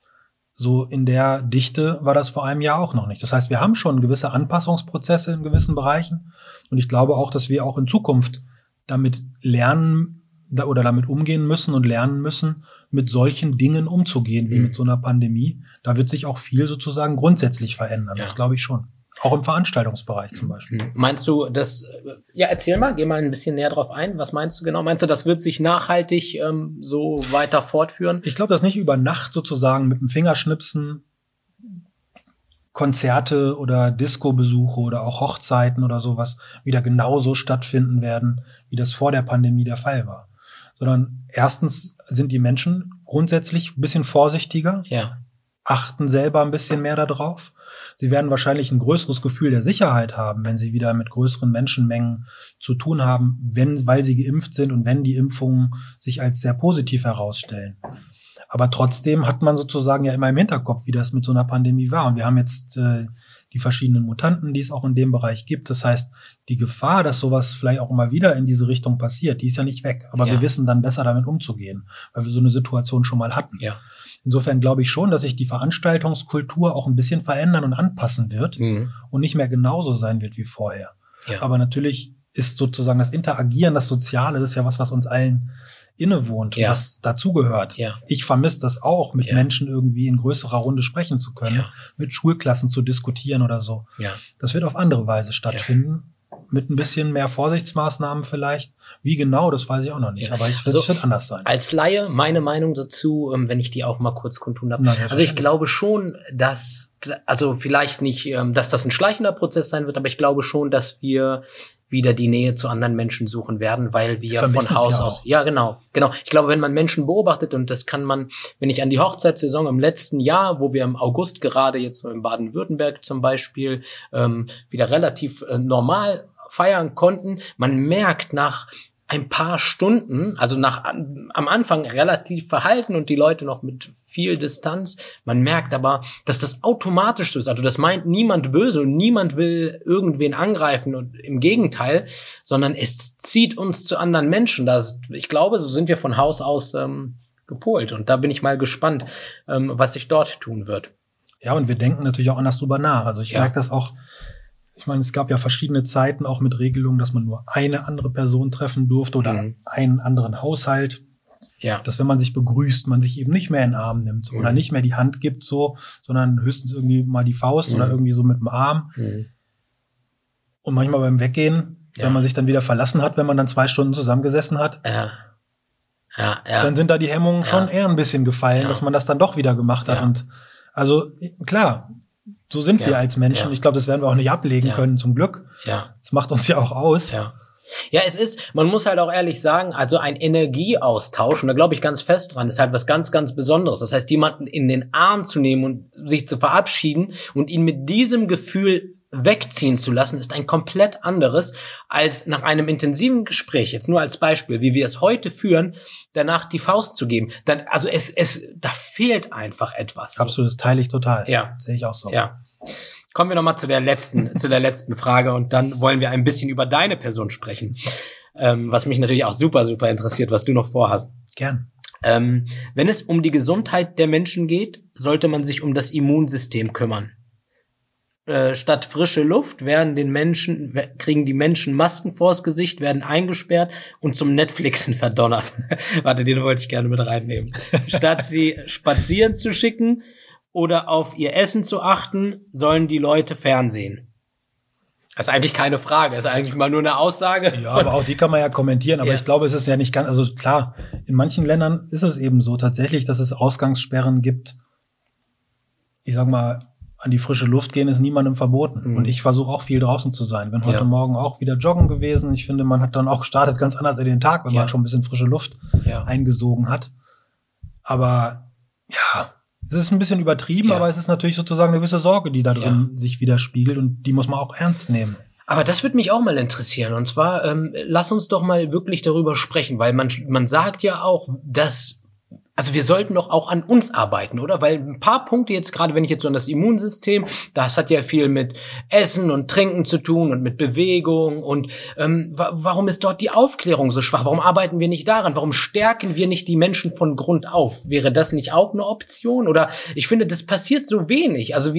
so in der Dichte war das vor einem Jahr auch noch nicht. Das heißt, wir haben schon gewisse Anpassungsprozesse in gewissen Bereichen. Und ich glaube auch, dass wir auch in Zukunft damit lernen oder damit umgehen müssen und lernen müssen, mit solchen Dingen umzugehen, wie mit so einer Pandemie. Da wird sich auch viel sozusagen grundsätzlich verändern. Ja. Das glaube ich schon. Auch im Veranstaltungsbereich zum Beispiel. Meinst du, erzähl mal, geh mal ein bisschen näher drauf ein. Was meinst du genau? Meinst du, das wird sich nachhaltig so weiter fortführen? Ich glaube, dass nicht über Nacht sozusagen mit dem Fingerschnipsen Konzerte oder Disco-Besuche oder auch Hochzeiten oder sowas wieder genauso stattfinden werden, wie das vor der Pandemie der Fall war. Sondern erstens sind die Menschen grundsätzlich ein bisschen vorsichtiger, achten selber ein bisschen mehr darauf. Sie werden wahrscheinlich ein größeres Gefühl der Sicherheit haben, wenn sie wieder mit größeren Menschenmengen zu tun haben, weil sie geimpft sind und wenn die Impfungen sich als sehr positiv herausstellen. Aber trotzdem hat man sozusagen ja immer im Hinterkopf, wie das mit so einer Pandemie war. Und wir haben jetzt die verschiedenen Mutanten, die es auch in dem Bereich gibt. Das heißt, die Gefahr, dass sowas vielleicht auch immer wieder in diese Richtung passiert, die ist ja nicht weg. Aber wir wissen dann besser damit umzugehen, weil wir so eine Situation schon mal hatten. Ja. Insofern glaube ich schon, dass sich die Veranstaltungskultur auch ein bisschen verändern und anpassen wird und nicht mehr genauso sein wird wie vorher. Ja. Aber natürlich ist sozusagen das Interagieren, das Soziale, das ist ja was uns allen innewohnt, was dazugehört. Ja. Ich vermisse das auch, mit Menschen irgendwie in größerer Runde sprechen zu können, mit Schulklassen zu diskutieren oder so. Ja. Das wird auf andere Weise stattfinden, mit ein bisschen mehr Vorsichtsmaßnahmen vielleicht. Wie genau, das weiß ich auch noch nicht, aber es wird anders sein. Als Laie, meine Meinung dazu, wenn ich die auch mal kurz kundtun darf. Also ich glaube schon, dass, also vielleicht nicht, dass das ein schleichender Prozess sein wird, aber ich glaube schon, dass wir wieder die Nähe zu anderen Menschen suchen werden, weil wir von Haus aus. Ja, genau. Ich glaube, wenn man Menschen beobachtet, und das kann man, wenn ich an die Hochzeitssaison im letzten Jahr, wo wir im August gerade jetzt in Baden-Württemberg zum Beispiel wieder relativ normal feiern konnten, man merkt nach ein paar Stunden, also am Anfang relativ verhalten und die Leute noch mit viel Distanz. Man merkt aber, dass das automatisch so ist. Also das meint niemand böse und niemand will irgendwen angreifen und im Gegenteil, sondern es zieht uns zu anderen Menschen. Ich glaube, so sind wir von Haus aus gepolt und da bin ich mal gespannt, was sich dort tun wird. Ja, und wir denken natürlich auch anders drüber nach. Also ich merke das auch. Ich meine, es gab ja verschiedene Zeiten auch mit Regelungen, dass man nur eine andere Person treffen durfte oder einen anderen Haushalt. Ja. Dass wenn man sich begrüßt, man sich eben nicht mehr in den Arm nimmt oder nicht mehr die Hand gibt so, sondern höchstens irgendwie mal die Faust oder irgendwie so mit dem Arm. Und manchmal beim Weggehen, wenn man sich dann wieder verlassen hat, wenn man dann 2 Stunden zusammengesessen hat, dann sind da die Hemmungen schon eher ein bisschen gefallen, dass man das dann doch wieder gemacht hat. Und also klar, so sind wir als Menschen. Ich glaube, das werden wir auch nicht ablegen können, zum Glück. Das macht uns ja auch aus. Ja, es ist, man muss halt auch ehrlich sagen, also ein Energieaustausch, und da glaube ich ganz fest dran, ist halt was ganz, ganz Besonderes. Das heißt, jemanden in den Arm zu nehmen und sich zu verabschieden und ihn mit diesem Gefühl wegziehen zu lassen, ist ein komplett anderes, als nach einem intensiven Gespräch, jetzt nur als Beispiel, wie wir es heute führen, danach die Faust zu geben. Dann, also da fehlt einfach etwas. Absolut, das teile ich total. Ja. Sehe ich auch so. Ja. Kommen wir nochmal zu der letzten Frage und dann wollen wir ein bisschen über deine Person sprechen. Was mich natürlich auch super, super interessiert, was du noch vorhast. Gern. Wenn es um die Gesundheit der Menschen geht, sollte man sich um das Immunsystem kümmern. Statt frische Luft kriegen die Menschen Masken vors Gesicht, werden eingesperrt und zum Netflixen verdonnert. Warte, den wollte ich gerne mit reinnehmen. Statt sie spazieren zu schicken oder auf ihr Essen zu achten, sollen die Leute fernsehen. Das ist eigentlich keine Frage, das ist eigentlich mal nur eine Aussage. Ja, aber auch die kann man ja kommentieren. Aber Ja. Ich glaube, es ist ja nicht ganz, also klar, in manchen Ländern ist es eben so tatsächlich, dass es Ausgangssperren gibt. Ich sag mal, an die frische Luft gehen ist niemandem verboten. Mhm. Und ich versuche auch viel draußen zu sein. Bin heute Ja. Morgen auch wieder joggen gewesen. Ich finde, man hat dann auch gestartet ganz anders in den Tag, wenn Ja. man schon ein bisschen frische Luft Ja. eingesogen hat. Aber ja, es ist ein bisschen übertrieben, Ja. aber es ist natürlich sozusagen eine gewisse Sorge, die da drin sich widerspiegelt und die muss man auch ernst nehmen. Aber das würde mich auch mal interessieren. Und zwar, lass uns doch mal wirklich darüber sprechen, weil man sagt ja auch, dass, also wir sollten doch auch an uns arbeiten, oder? Weil ein paar Punkte jetzt, gerade wenn ich jetzt so an das Immunsystem, das hat ja viel mit Essen und Trinken zu tun und mit Bewegung und warum ist dort die Aufklärung so schwach? Warum arbeiten wir nicht daran? Warum stärken wir nicht die Menschen von Grund auf? Wäre das nicht auch eine Option? Oder ich finde, das passiert so wenig. Also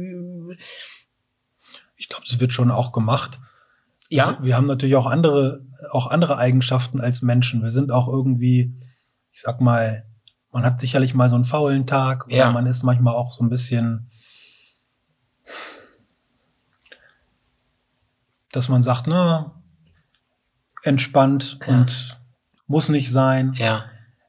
Ich glaube, das wird schon auch gemacht. ja, Also wir haben natürlich auch andere Eigenschaften als Menschen. Wir sind auch irgendwie, ich sag mal, man hat sicherlich mal so einen faulen Tag oder Ja. man ist manchmal auch so ein bisschen, dass man sagt, na, entspannt Ja. und muss nicht sein. ja,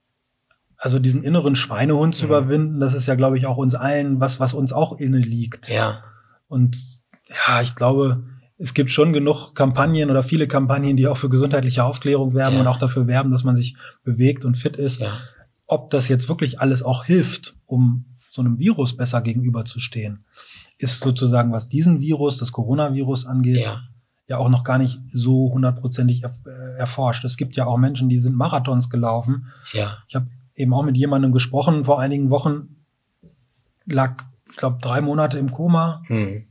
Also diesen inneren Schweinehund zu überwinden, das ist ja, glaube ich, auch uns allen was uns auch inne liegt. ja, Und ja, ich glaube, es gibt schon genug Kampagnen oder viele Kampagnen, die auch für gesundheitliche Aufklärung werben Ja. und auch dafür werben, dass man sich bewegt und fit ist. ja, Ob das jetzt wirklich alles auch hilft, um so einem Virus besser gegenüberzustehen, ist sozusagen, was diesen Virus, das Coronavirus angeht, ja auch noch gar nicht so hundertprozentig erforscht. Es gibt ja auch Menschen, die sind Marathons gelaufen. ja, Ich habe eben auch mit jemandem gesprochen vor einigen Wochen, lag, ich glaube, 3 Monate im Koma,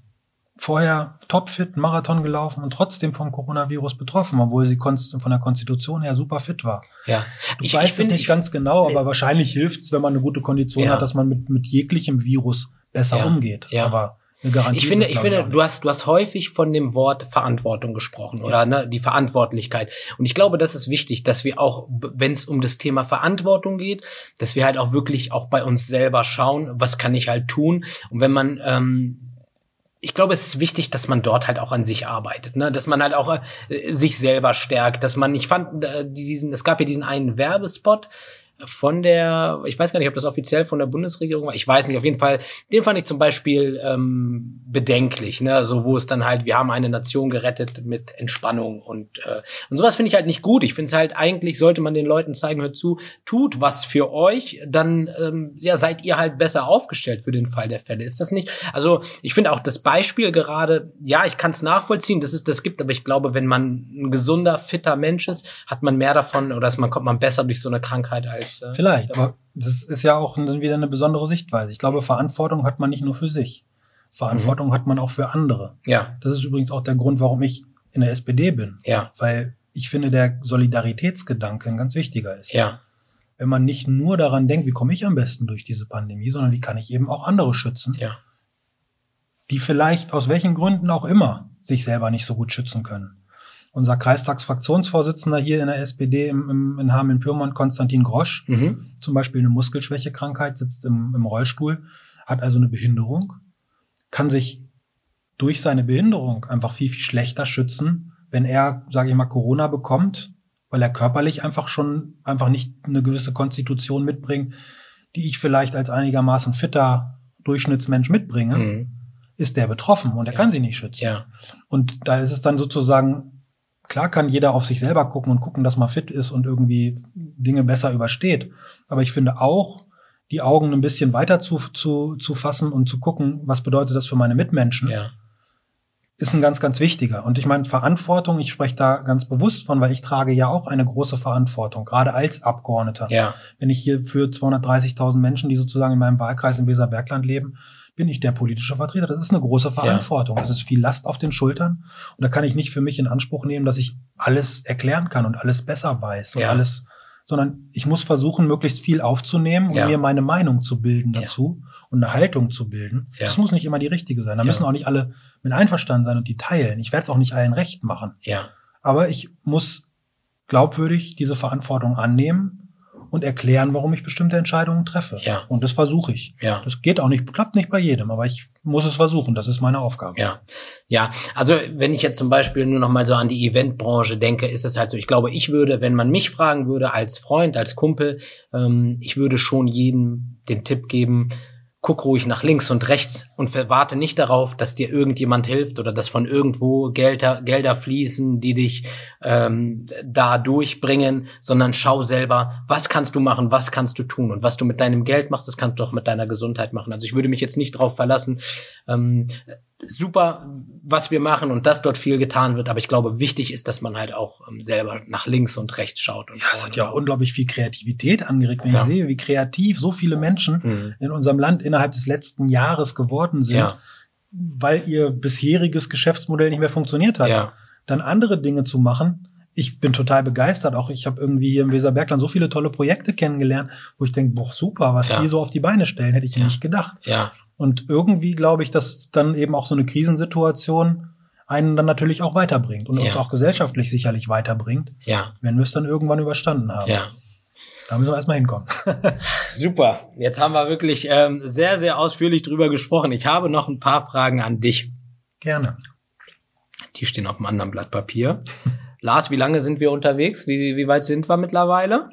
vorher topfit einen Marathon gelaufen und trotzdem vom Coronavirus betroffen, obwohl sie von der Konstitution her super fit war. ja. Ich weiß es nicht ganz genau, aber wahrscheinlich hilft's, wenn man eine gute Kondition Ja. hat, dass man mit jeglichem Virus besser Ja. umgeht. Ja. Aber eine Garantie Ich finde, ist es, glaub auch du nicht. hast häufig von dem Wort Verantwortung gesprochen oder die Verantwortlichkeit. Und ich glaube, das ist wichtig, dass wir auch, wenn es um das Thema Verantwortung geht, dass wir halt auch wirklich auch bei uns selber schauen, was kann ich halt tun. Und wenn man ich glaube, es ist wichtig, dass man dort halt auch an sich arbeitet, ne? Dass man halt auch sich selber stärkt, dass man, ich fand es gab ja diesen einen Werbespot von der, ich weiß gar nicht, ob das offiziell von der Bundesregierung war, ich weiß nicht, auf jeden Fall, den fand ich zum Beispiel bedenklich, ne, so wo es dann halt, wir haben eine Nation gerettet mit Entspannung und sowas finde ich halt nicht gut. Ich finde es halt, eigentlich sollte man den Leuten zeigen, hört zu, tut was für euch, dann seid ihr halt besser aufgestellt für den Fall der Fälle. Ist das nicht? Also ich finde auch das Beispiel gerade, ja, ich kann es nachvollziehen, dass es das gibt, aber ich glaube, wenn man ein gesunder, fitter Mensch ist, hat man mehr davon oder kommt man besser durch so eine Krankheit als Vielleicht, aber das ist ja auch dann wieder eine besondere Sichtweise. Ich glaube, Verantwortung hat man nicht nur für sich. Verantwortung hat man auch für andere. Ja, Das ist übrigens auch der Grund, warum ich in der SPD bin. ja, Weil ich finde, der Solidaritätsgedanke ein ganz wichtiger ist. ja, Wenn man nicht nur daran denkt, wie komme ich am besten durch diese Pandemie, sondern wie kann ich eben auch andere schützen, ja, die vielleicht aus welchen Gründen auch immer sich selber nicht so gut schützen können. Unser Kreistagsfraktionsvorsitzender hier in der SPD in Hameln-Pyrmont, Konstantin Grosch, zum Beispiel eine Muskelschwächekrankheit, sitzt im Rollstuhl, hat also eine Behinderung, kann sich durch seine Behinderung einfach viel, viel schlechter schützen, wenn er, sage ich mal, Corona bekommt, weil er körperlich einfach nicht eine gewisse Konstitution mitbringt, die ich vielleicht als einigermaßen fitter Durchschnittsmensch mitbringe, ist der betroffen und er kann sie nicht schützen. ja, Und da ist es dann sozusagen, klar kann jeder auf sich selber gucken und gucken, dass man fit ist und irgendwie Dinge besser übersteht. Aber ich finde auch, die Augen ein bisschen weiter zu fassen und zu gucken, was bedeutet das für meine Mitmenschen. ja, ist ein ganz, ganz wichtiger. Und ich meine, Verantwortung, ich spreche da ganz bewusst von, weil ich trage ja auch eine große Verantwortung, gerade als Abgeordneter. Ja. Wenn ich hier für 230.000 Menschen, die sozusagen in meinem Wahlkreis im Weserbergland leben, bin ich der politische Vertreter. Das ist eine große Verantwortung. Das ist viel Last auf den Schultern. Und da kann ich nicht für mich in Anspruch nehmen, dass ich alles erklären kann und alles besser weiß und alles, sondern ich muss versuchen, möglichst viel aufzunehmen und mir meine Meinung zu bilden dazu und eine Haltung zu bilden. Das muss nicht immer die richtige sein. Da müssen auch nicht alle mit einverstanden sein und die teilen. Ich werde es auch nicht allen recht machen. Ja. Aber ich muss glaubwürdig diese Verantwortung annehmen und erklären, warum ich bestimmte Entscheidungen treffe. Ja. Und das versuche ich. Ja. Das geht auch nicht, klappt nicht bei jedem, aber ich muss es versuchen. Das ist meine Aufgabe. Ja. Ja. Also, wenn ich jetzt zum Beispiel nur noch mal so an die Eventbranche denke, ist es halt so, ich glaube, ich würde, wenn man mich fragen würde, als Freund, als Kumpel, ich würde schon jedem den Tipp geben, guck ruhig nach links und rechts und warte nicht darauf, dass dir irgendjemand hilft oder dass von irgendwo Gelder fließen, die dich da durchbringen, sondern schau selber, was kannst du machen, was kannst du tun und was du mit deinem Geld machst, das kannst du auch mit deiner Gesundheit machen. Also ich würde mich jetzt nicht darauf verlassen, super, was wir machen und dass dort viel getan wird, aber ich glaube, wichtig ist, dass man halt auch selber nach links und rechts schaut. Und es hat ja auch unglaublich viel Kreativität angeregt, wenn ich sehe, wie kreativ so viele Menschen in unserem Land innerhalb des letzten Jahres geworden sind, weil ihr bisheriges Geschäftsmodell nicht mehr funktioniert hat. Dann andere Dinge zu machen. Ich bin total begeistert. Auch ich habe irgendwie hier im Weserbergland so viele tolle Projekte kennengelernt, wo ich denke, boah, super, was die so auf die Beine stellen, hätte ich nicht gedacht. Ja. Und irgendwie glaube ich, dass dann eben auch so eine Krisensituation einen dann natürlich auch weiterbringt und uns auch gesellschaftlich sicherlich weiterbringt, wenn wir es dann irgendwann überstanden haben. Ja. Da müssen wir erstmal hinkommen. Super. Jetzt haben wir wirklich sehr, sehr ausführlich drüber gesprochen. Ich habe noch ein paar Fragen an dich. Gerne. Die stehen auf einem anderen Blatt Papier. Lars, wie lange sind wir unterwegs? Wie weit sind wir mittlerweile?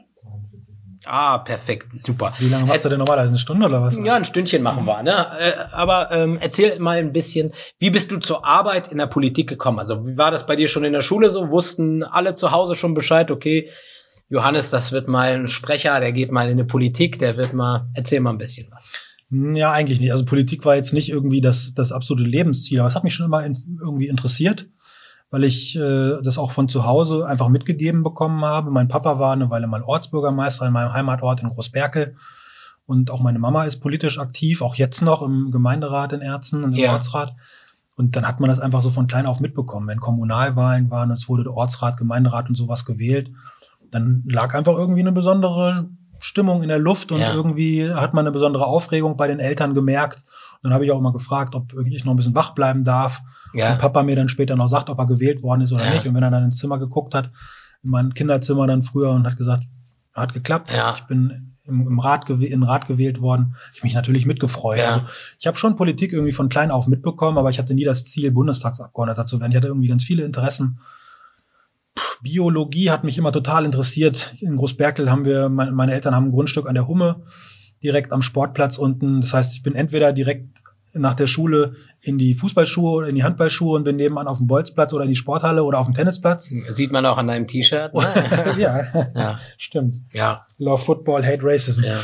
Ah, perfekt, super. Wie lange machst du denn normalerweise? Eine Stunde oder was? Ja, ein Stündchen machen wir, ne? Aber erzähl mal ein bisschen, wie bist du zur Arbeit in der Politik gekommen? Also wie war das bei dir schon in der Schule so? Wussten alle zu Hause schon Bescheid, okay, Johannes, das wird mal ein Sprecher, der geht mal in die Politik, erzähl mal ein bisschen was. Ja, eigentlich nicht. Also Politik war jetzt nicht irgendwie das absolute Lebensziel, aber es hat mich schon immer irgendwie interessiert, weil ich das auch von zu Hause einfach mitgegeben bekommen habe. Mein Papa war eine Weile mal Ortsbürgermeister in meinem Heimatort in Großberkel und auch meine Mama ist politisch aktiv, auch jetzt noch im Gemeinderat in Erzen und im Ortsrat. Und dann hat man das einfach so von klein auf mitbekommen. Wenn Kommunalwahlen waren und es wurde der Ortsrat, Gemeinderat und sowas gewählt, dann lag einfach irgendwie eine besondere Stimmung in der Luft und irgendwie hat man eine besondere Aufregung bei den Eltern gemerkt. Und dann habe ich auch immer gefragt, ob ich noch ein bisschen wach bleiben darf. Und Papa mir dann später noch sagt, ob er gewählt worden ist oder nicht. Und wenn er dann ins Zimmer geguckt hat, in mein Kinderzimmer dann früher und hat gesagt, hat geklappt. Ich bin im Rat gewählt worden. Ich mich natürlich mitgefreut. Also ich habe schon Politik irgendwie von klein auf mitbekommen, aber ich hatte nie das Ziel, Bundestagsabgeordneter zu werden. Ich hatte irgendwie ganz viele Interessen. Biologie hat mich immer total interessiert. In Großberkel haben wir, meine Eltern haben ein Grundstück an der Humme, direkt am Sportplatz unten. Das heißt, ich bin entweder direkt nach der Schule in die Fußballschuhe oder in die Handballschuhe und bin nebenan auf dem Bolzplatz oder in die Sporthalle oder auf dem Tennisplatz. Sieht man auch an deinem T-Shirt. Ne? ja, stimmt. Ja. Love Football, Hate Racism. Ja.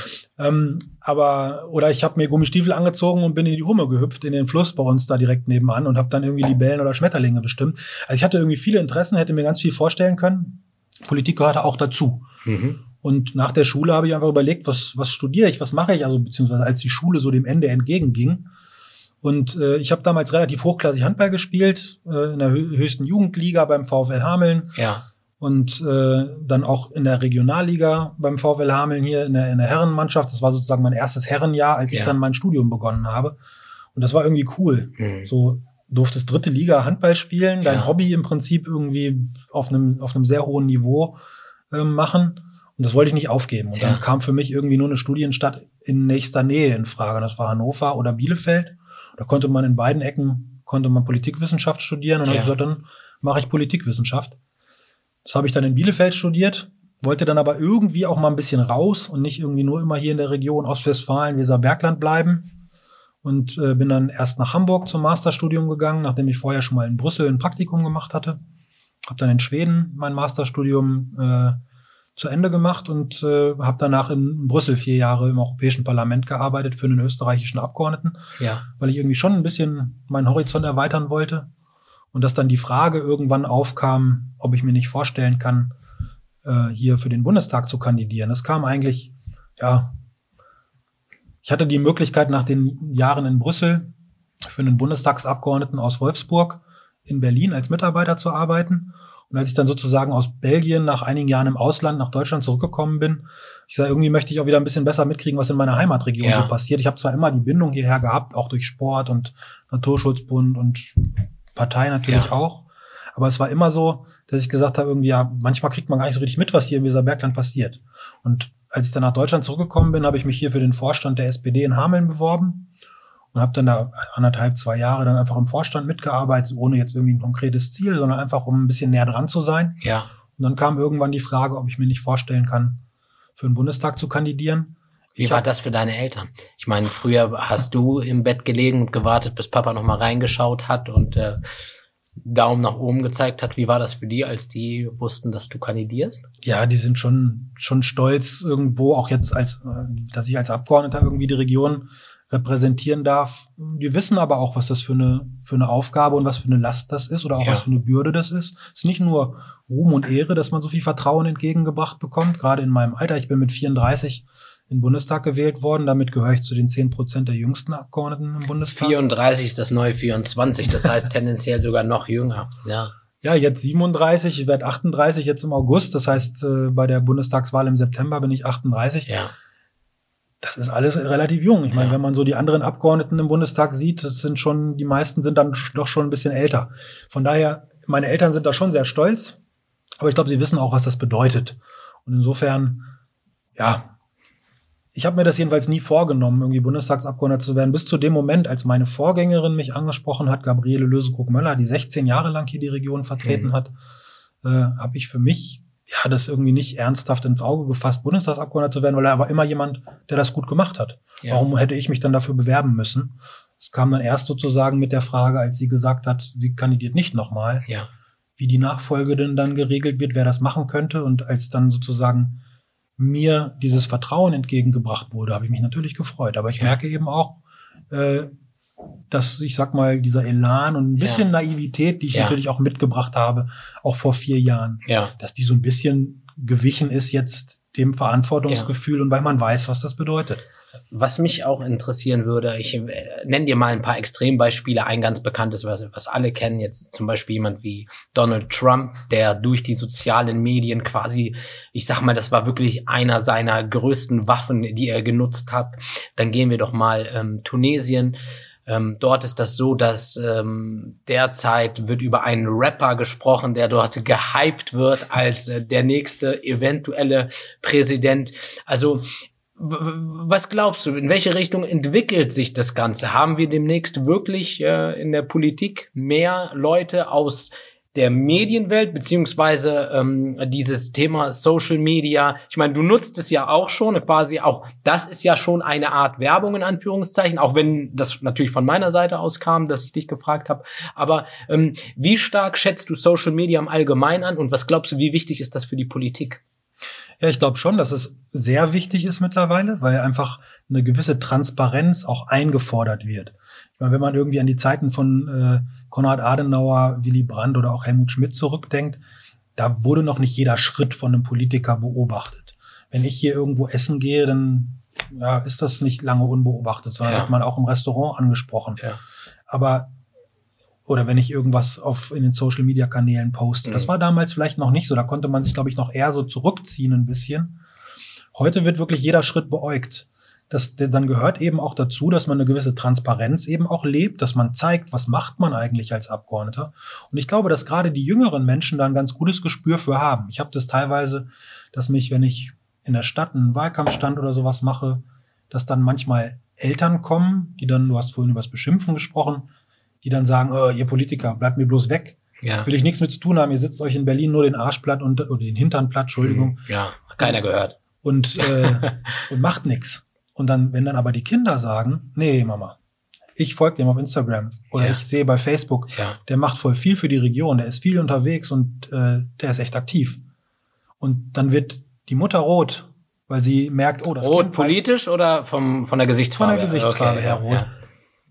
Oder ich habe mir Gummistiefel angezogen und bin in die Humme gehüpft, in den Fluss bei uns da direkt nebenan und habe dann irgendwie Libellen oder Schmetterlinge bestimmt. Also ich hatte irgendwie viele Interessen, hätte mir ganz viel vorstellen können. Politik gehörte auch dazu. Und nach der Schule habe ich einfach überlegt, was studiere ich, was mache ich, also beziehungsweise als die Schule so dem Ende entgegenging. Und ich habe damals relativ hochklassig Handball gespielt, in der höchsten Jugendliga beim VfL Hameln. Ja. Und dann auch in der Regionalliga beim VfL Hameln hier in der Herrenmannschaft. Das war sozusagen mein erstes Herrenjahr, als ich dann mein Studium begonnen habe. Und das war irgendwie cool. So durftest dritte Liga Handball spielen, dein Hobby im Prinzip irgendwie auf einem sehr hohen Niveau machen. Und das wollte ich nicht aufgeben. Und dann kam für mich irgendwie nur eine Studienstadt in nächster Nähe in Frage. Das war Hannover oder Bielefeld. Da konnte man in beiden Ecken Politikwissenschaft studieren. Und dann habe ich gesagt, dann mache ich Politikwissenschaft. Das habe ich dann in Bielefeld studiert, wollte dann aber irgendwie auch mal ein bisschen raus und nicht irgendwie nur immer hier in der Region Ostwestfalen, Weserbergland bleiben. Und bin dann erst nach Hamburg zum Masterstudium gegangen, nachdem ich vorher schon mal in Brüssel ein Praktikum gemacht hatte. Habe dann in Schweden mein Masterstudium zu Ende gemacht und habe danach in Brüssel 4 Jahre im Europäischen Parlament gearbeitet für einen österreichischen Abgeordneten, weil ich irgendwie schon ein bisschen meinen Horizont erweitern wollte. Und dass dann die Frage irgendwann aufkam, ob ich mir nicht vorstellen kann, hier für den Bundestag zu kandidieren. Das kam eigentlich, ja, ich hatte die Möglichkeit nach den Jahren in Brüssel für einen Bundestagsabgeordneten aus Wolfsburg in Berlin als Mitarbeiter zu arbeiten. Und als ich dann sozusagen aus Belgien nach einigen Jahren im Ausland nach Deutschland zurückgekommen bin, ich sage, irgendwie möchte ich auch wieder ein bisschen besser mitkriegen, was in meiner Heimatregion so passiert. Ich habe zwar immer die Bindung hierher gehabt, auch durch Sport und Naturschutzbund und Partei natürlich auch, aber es war immer so, dass ich gesagt habe, irgendwie, ja, manchmal kriegt man gar nicht so richtig mit, was hier im Weserbergland passiert. Und als ich dann nach Deutschland zurückgekommen bin, habe ich mich hier für den Vorstand der SPD in Hameln beworben und habe dann da 2 Jahre dann einfach im Vorstand mitgearbeitet, ohne jetzt irgendwie ein konkretes Ziel, sondern einfach, um ein bisschen näher dran zu sein. Ja. Und dann kam irgendwann die Frage, ob ich mir nicht vorstellen kann, für den Bundestag zu kandidieren. Wie war das für deine Eltern? Ich meine, früher hast du im Bett gelegen und gewartet, bis Papa noch mal reingeschaut hat und Daumen nach oben gezeigt hat. Wie war das für die, als die wussten, dass du kandidierst? Ja, die sind schon stolz irgendwo, auch jetzt dass ich als Abgeordneter irgendwie die Region repräsentieren darf. Die wissen aber auch, was das für eine Aufgabe und was für eine Last das ist oder auch was für eine Bürde das ist. Es ist nicht nur Ruhm und Ehre, dass man so viel Vertrauen entgegengebracht bekommt. Gerade in meinem Alter, ich bin mit 34 in den Bundestag gewählt worden. Damit gehöre ich zu den 10% der jüngsten Abgeordneten im Bundestag. 34 ist das neue 24, das heißt tendenziell sogar noch jünger. Ja, jetzt 37, ich werde 38 jetzt im August. Das heißt, bei der Bundestagswahl im September bin ich 38. Ja. Das ist alles relativ jung. Ich meine, wenn man so die anderen Abgeordneten im Bundestag sieht, die meisten sind dann doch schon ein bisschen älter. Von daher, meine Eltern sind da schon sehr stolz. Aber ich glaube, sie wissen auch, was das bedeutet. Und insofern, ja, ich habe mir das jedenfalls nie vorgenommen, irgendwie Bundestagsabgeordneter zu werden. Bis zu dem Moment, als meine Vorgängerin mich angesprochen hat, Gabriele Lösekrug-Möller, die 16 Jahre lang hier die Region vertreten hat, habe ich für mich das irgendwie nicht ernsthaft ins Auge gefasst, Bundestagsabgeordneter zu werden, weil er war immer jemand, der das gut gemacht hat. Ja. Warum hätte ich mich dann dafür bewerben müssen? Es kam dann erst sozusagen mit der Frage, als sie gesagt hat, sie kandidiert nicht nochmal, wie die Nachfolge denn dann geregelt wird, wer das machen könnte. Und als dann sozusagen mir dieses Vertrauen entgegengebracht wurde, habe ich mich natürlich gefreut. Aber ich merke eben auch, dass, ich sag mal, dieser Elan und ein bisschen Naivität, die ich natürlich auch mitgebracht habe, auch vor 4 Jahren, dass die so ein bisschen gewichen ist jetzt dem Verantwortungsgefühl und weil man weiß, was das bedeutet. Was mich auch interessieren würde, ich nenne dir mal ein paar Extrembeispiele. Ein ganz bekanntes, was alle kennen, jetzt zum Beispiel jemand wie Donald Trump, der durch die sozialen Medien quasi, ich sag mal, das war wirklich einer seiner größten Waffen, die er genutzt hat. Dann gehen wir doch mal Tunesien. Dort ist das so, dass derzeit wird über einen Rapper gesprochen, der dort gehypt wird als der nächste eventuelle Präsident. Also was glaubst du, in welche Richtung entwickelt sich das Ganze? Haben wir demnächst wirklich in der Politik mehr Leute aus der Medienwelt, beziehungsweise dieses Thema Social Media? Ich meine, du nutzt es ja auch schon, quasi auch, das ist ja schon eine Art Werbung in Anführungszeichen, auch wenn das natürlich von meiner Seite aus kam, dass ich dich gefragt habe. Aber wie stark schätzt du Social Media im Allgemeinen an und was glaubst du, wie wichtig ist das für die Politik? Ja, ich glaube schon, dass es sehr wichtig ist mittlerweile, weil einfach eine gewisse Transparenz auch eingefordert wird. Ich meine, wenn man irgendwie an die Zeiten von Konrad Adenauer, Willy Brandt oder auch Helmut Schmidt zurückdenkt, da wurde noch nicht jeder Schritt von einem Politiker beobachtet. Wenn ich hier irgendwo essen gehe, dann ist das nicht lange unbeobachtet, sondern wird man auch im Restaurant angesprochen. Ja. Oder wenn ich irgendwas in den Social-Media-Kanälen poste. Das war damals vielleicht noch nicht so. Da konnte man sich, glaube ich, noch eher so zurückziehen ein bisschen. Heute wird wirklich jeder Schritt beäugt. Dann gehört eben auch dazu, dass man eine gewisse Transparenz eben auch lebt, dass man zeigt, was macht man eigentlich als Abgeordneter. Und ich glaube, dass gerade die jüngeren Menschen da ein ganz gutes Gespür für haben. Ich habe das teilweise, dass mich, wenn ich in der Stadt einen Wahlkampfstand oder sowas mache, dass dann manchmal Eltern kommen, die dann, du hast vorhin über das Beschimpfen gesprochen, die dann sagen, ihr Politiker, bleibt mir bloß weg. Ja. Will ich nichts mit zu tun haben. Ihr sitzt euch in Berlin nur den Arsch platt oder den Hintern platt, Entschuldigung. Ja, keiner gehört. Und macht nichts. Und dann, wenn dann aber die Kinder sagen, nee, Mama, ich folge dem auf Instagram oder ich sehe bei Facebook, der macht voll viel für die Region, der ist viel unterwegs und der ist echt aktiv. Und dann wird die Mutter rot, weil sie merkt, das rot Kind politisch oder von der Gesichtsfarbe? Von der Gesichtsfarbe her rot. Ja.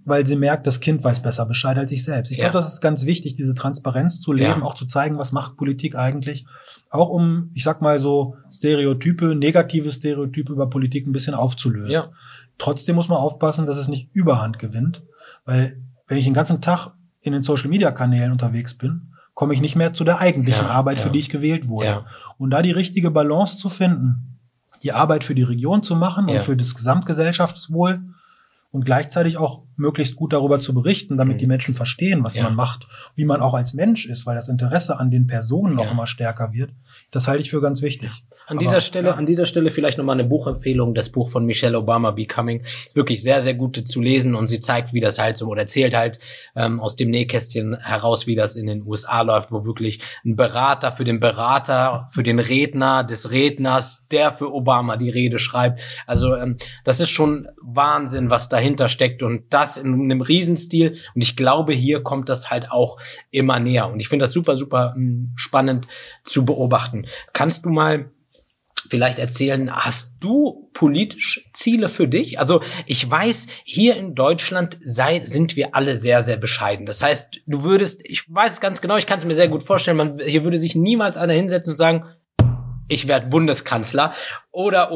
weil sie merkt, das Kind weiß besser Bescheid als ich selbst. Ich glaube, das ist ganz wichtig, diese Transparenz zu leben, auch zu zeigen, was macht Politik eigentlich. Auch um, ich sag mal so, negative Stereotype über Politik ein bisschen aufzulösen. Ja. Trotzdem muss man aufpassen, dass es nicht Überhand gewinnt, weil wenn ich den ganzen Tag in den Social-Media-Kanälen unterwegs bin, komme ich nicht mehr zu der eigentlichen Arbeit, für die ich gewählt wurde. Ja. Und da die richtige Balance zu finden, die Arbeit für die Region zu machen und für das Gesamtgesellschaftswohl und gleichzeitig auch möglichst gut darüber zu berichten, damit die Menschen verstehen, was man macht, wie man auch als Mensch ist, weil das Interesse an den Personen auch immer stärker wird. Das halte ich für ganz wichtig. An dieser Stelle vielleicht nochmal eine Buchempfehlung, das Buch von Michelle Obama, Becoming, wirklich sehr, sehr gut zu lesen und sie zeigt, wie das halt so, oder erzählt halt aus dem Nähkästchen heraus, wie das in den USA läuft, wo wirklich ein Berater, für den Redner des Redners, der für Obama die Rede schreibt. Also das ist schon Wahnsinn, was dahinter steckt und das in einem Riesenstil und ich glaube, hier kommt das halt auch immer näher und ich finde das super, super spannend zu beobachten. Kannst du mal vielleicht erzählen, hast du politisch Ziele für dich? Also ich weiß, hier in Deutschland sind wir alle sehr, sehr bescheiden. Das heißt, ich weiß es ganz genau, ich kann es mir sehr gut vorstellen, hier würde sich niemals einer hinsetzen und sagen, ich werde Bundeskanzler oder.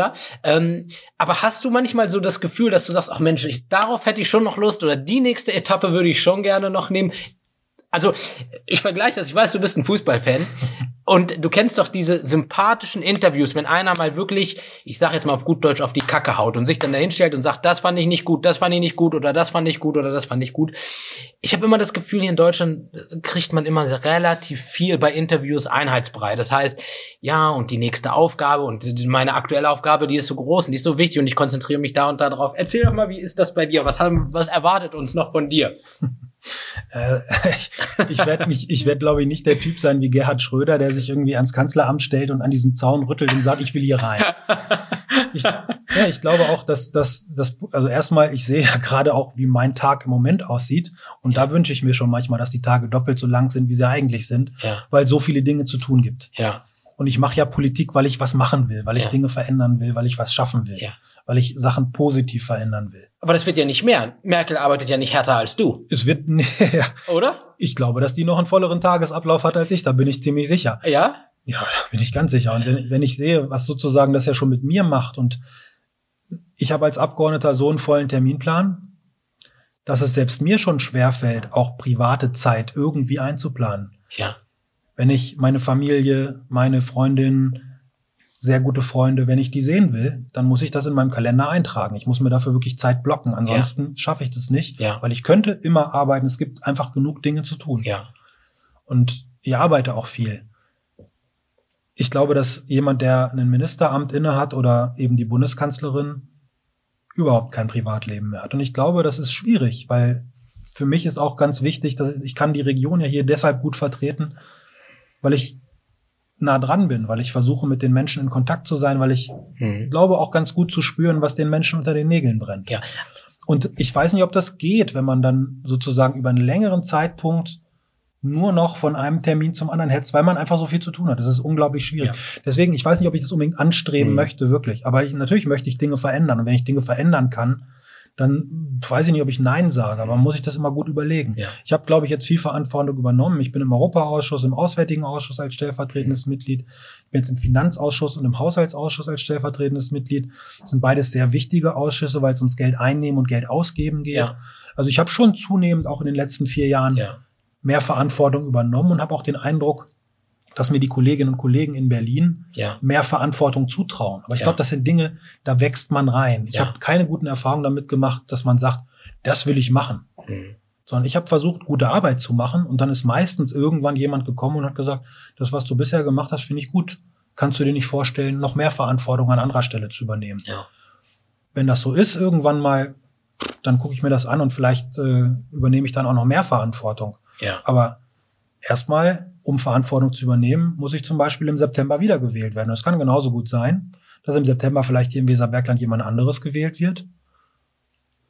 Aber hast du manchmal so das Gefühl, dass du sagst, ach Mensch, darauf hätte ich schon noch Lust oder die nächste Etappe würde ich schon gerne noch nehmen? Also ich vergleiche das, ich weiß, du bist ein Fußballfan und du kennst doch diese sympathischen Interviews, wenn einer mal wirklich, ich sage jetzt mal auf gut Deutsch, auf die Kacke haut und sich dann dahin stellt und sagt, das fand ich nicht gut, das fand ich nicht gut oder das fand ich gut oder das fand ich gut. Ich habe immer das Gefühl, hier in Deutschland kriegt man immer relativ viel bei Interviews einheitsbrei. Das heißt, ja, und die nächste Aufgabe und meine aktuelle Aufgabe, die ist so groß und die ist so wichtig und ich konzentriere mich da und da drauf. Erzähl doch mal, wie ist das bei dir? Was erwartet uns noch von dir? Ich werde, glaube ich, nicht der Typ sein wie Gerhard Schröder, der sich irgendwie ans Kanzleramt stellt und an diesem Zaun rüttelt und sagt, ich will hier rein. Ich glaube auch, dass also erstmal, ich sehe ja gerade auch, wie mein Tag im Moment aussieht. Und da wünsche ich mir schon manchmal, dass die Tage doppelt so lang sind, wie sie eigentlich sind, weil es so viele Dinge zu tun gibt. Ja. Und ich mache ja Politik, weil ich was machen will, weil ich Dinge verändern will, weil ich was schaffen will, weil ich Sachen positiv verändern will. Aber das wird ja nicht mehr. Merkel arbeitet ja nicht härter als du. Es wird, oder? Ich glaube, dass die noch einen volleren Tagesablauf hat als ich, da bin ich ziemlich sicher. Ja? Ja, bin ich ganz sicher. Und wenn ich sehe, was sozusagen das ja schon mit mir macht und ich habe als Abgeordneter so einen vollen Terminplan, dass es selbst mir schon schwerfällt, auch private Zeit irgendwie einzuplanen. Ja. Wenn ich meine Familie, meine Freundin, sehr gute Freunde, wenn ich die sehen will, dann muss ich das in meinem Kalender eintragen. Ich muss mir dafür wirklich Zeit blocken. Ansonsten schaffe ich das nicht, weil ich könnte immer arbeiten. Es gibt einfach genug Dinge zu tun. Ja. Und ich arbeite auch viel. Ich glaube, dass jemand, der ein Ministeramt innehat oder eben die Bundeskanzlerin, überhaupt kein Privatleben mehr hat. Und ich glaube, das ist schwierig, weil für mich ist auch ganz wichtig, dass ich kann die Region ja hier deshalb gut vertreten, weil ich nah dran bin, weil ich versuche, mit den Menschen in Kontakt zu sein, weil ich glaube, auch ganz gut zu spüren, was den Menschen unter den Nägeln brennt. Ja. Und ich weiß nicht, ob das geht, wenn man dann sozusagen über einen längeren Zeitpunkt nur noch von einem Termin zum anderen hetzt, weil man einfach so viel zu tun hat. Das ist unglaublich schwierig. Ja. Deswegen, ich weiß nicht, ob ich das unbedingt anstreben möchte, wirklich. Aber natürlich möchte ich Dinge verändern. Und wenn ich Dinge verändern kann, dann weiß ich nicht, ob ich Nein sage, aber man muss sich das immer gut überlegen. Ja. Ich habe, glaube ich, jetzt viel Verantwortung übernommen. Ich bin im Europaausschuss, im Auswärtigen Ausschuss als stellvertretendes Mitglied. Ich bin jetzt im Finanzausschuss und im Haushaltsausschuss als stellvertretendes Mitglied. Das sind beides sehr wichtige Ausschüsse, weil es ums Geld einnehmen und Geld ausgeben geht. Ja. Also ich habe schon zunehmend auch in den letzten 4 Jahren mehr Verantwortung übernommen und habe auch den Eindruck, dass mir die Kolleginnen und Kollegen in Berlin mehr Verantwortung zutrauen. Aber ich glaube, das sind Dinge, da wächst man rein. Ich habe keine guten Erfahrungen damit gemacht, dass man sagt, das will ich machen. Sondern ich habe versucht, gute Arbeit zu machen und dann ist meistens irgendwann jemand gekommen und hat gesagt, das, was du bisher gemacht hast, finde ich gut. Kannst du dir nicht vorstellen, noch mehr Verantwortung an anderer Stelle zu übernehmen? Ja. Wenn das so ist, irgendwann mal, dann gucke ich mir das an und vielleicht übernehme ich dann auch noch mehr Verantwortung. Ja. Aber erstmal, um Verantwortung zu übernehmen, muss ich zum Beispiel im September wiedergewählt werden. Es kann genauso gut sein, dass im September vielleicht hier im Weserbergland jemand anderes gewählt wird.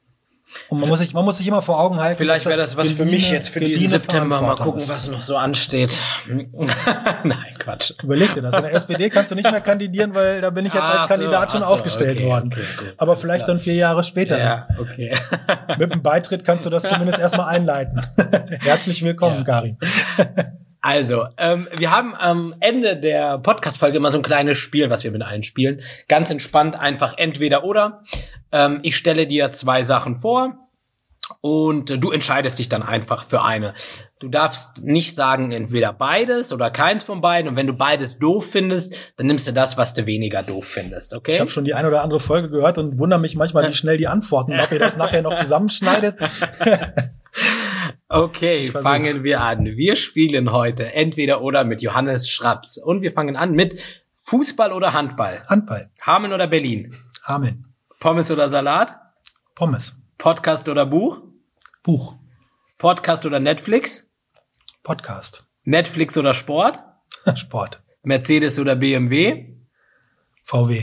Und man muss sich immer vor Augen halten. Vielleicht wäre das was für mich jetzt für diesen September. Mal gucken, was noch so ansteht. Nein, Quatsch. Überleg dir das. In der SPD kannst du nicht mehr kandidieren, weil da bin ich jetzt als Kandidat schon aufgestellt worden. Okay, aber vielleicht klar. Dann 4 Jahre später. Ja, okay. Mit dem Beitritt kannst du das zumindest erstmal einleiten. Herzlich willkommen, Karin. Also, wir haben am Ende der Podcast-Folge immer so ein kleines Spiel, was wir mit allen spielen. Ganz entspannt, einfach entweder oder. Ich stelle dir 2 Sachen vor und du entscheidest dich dann einfach für eine. Du darfst nicht sagen, entweder beides oder keins von beiden. Und wenn du beides doof findest, dann nimmst du das, was du weniger doof findest, okay? Ich habe schon die eine oder andere Folge gehört und wundere mich manchmal, wie schnell die antworten, ob ihr das nachher noch zusammenschneidet. Okay, fangen wir an. Wir spielen heute entweder oder mit Johannes Schraps. Und wir fangen an mit Fußball oder Handball? Handball. Hameln oder Berlin? Hameln. Pommes oder Salat? Pommes. Podcast oder Buch? Buch. Podcast oder Netflix? Podcast. Netflix oder Sport? Sport. Mercedes oder BMW? VW.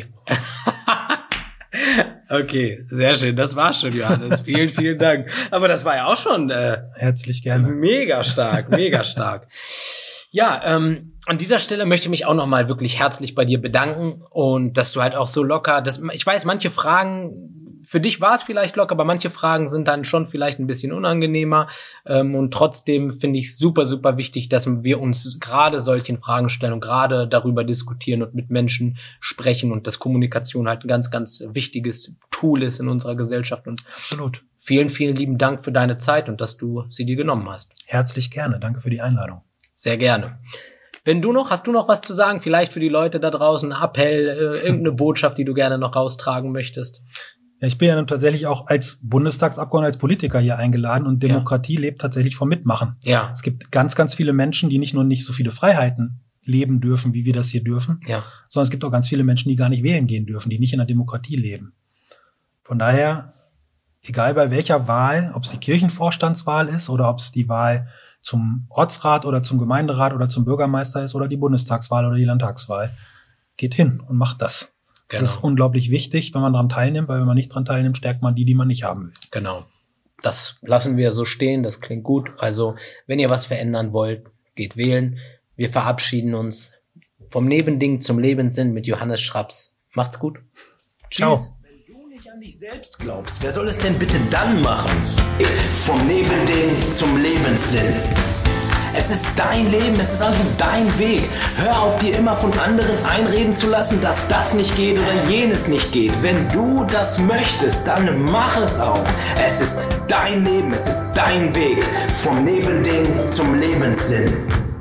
Okay, sehr schön. Das war's schon, Johannes. Vielen, vielen Dank. Aber das war ja auch schon herzlich gerne. Mega stark, mega stark. Ja, an dieser Stelle möchte ich mich auch nochmal wirklich herzlich bei dir bedanken und dass du halt auch so locker, ich weiß, manche Fragen, für dich war es vielleicht locker, aber manche Fragen sind dann schon vielleicht ein bisschen unangenehmer und trotzdem finde ich es super, super wichtig, dass wir uns gerade solchen Fragen stellen und gerade darüber diskutieren und mit Menschen sprechen und dass Kommunikation halt ein ganz, ganz wichtiges Tool ist in unserer Gesellschaft. Und absolut. Vielen, vielen lieben Dank für deine Zeit und dass du sie dir genommen hast. Herzlich gerne. Danke für die Einladung. Sehr gerne. Hast du noch was zu sagen? Vielleicht für die Leute da draußen, ein Appell, irgendeine Botschaft, die du gerne noch raustragen möchtest? Ja, ich bin ja dann tatsächlich auch als Bundestagsabgeordneter, als Politiker hier eingeladen und Demokratie lebt tatsächlich vom Mitmachen. Ja. Es gibt ganz, ganz viele Menschen, die nicht nur nicht so viele Freiheiten leben dürfen, wie wir das hier dürfen, sondern es gibt auch ganz viele Menschen, die gar nicht wählen gehen dürfen, die nicht in der Demokratie leben. Von daher, egal bei welcher Wahl, ob es die Kirchenvorstandswahl ist oder ob es die Wahl zum Ortsrat oder zum Gemeinderat oder zum Bürgermeister ist oder die Bundestagswahl oder die Landtagswahl, geht hin und macht das. Genau. Das ist unglaublich wichtig, wenn man daran teilnimmt, weil wenn man nicht daran teilnimmt, stärkt man die man nicht haben will. Genau. Das lassen wir so stehen, das klingt gut. Also, wenn ihr was verändern wollt, geht wählen. Wir verabschieden uns vom Nebending zum Lebenssinn mit Johannes Schraps. Macht's gut. Ciao. Tschüss. Wenn du nicht an dich selbst glaubst, wer soll es denn bitte dann machen? Vom Nebending zum Lebenssinn. Es ist dein Leben, es ist also dein Weg. Hör auf, dir immer von anderen einreden zu lassen, dass das nicht geht oder jenes nicht geht. Wenn du das möchtest, dann mach es auch. Es ist dein Leben, es ist dein Weg. Vom Nebending zum Lebenssinn.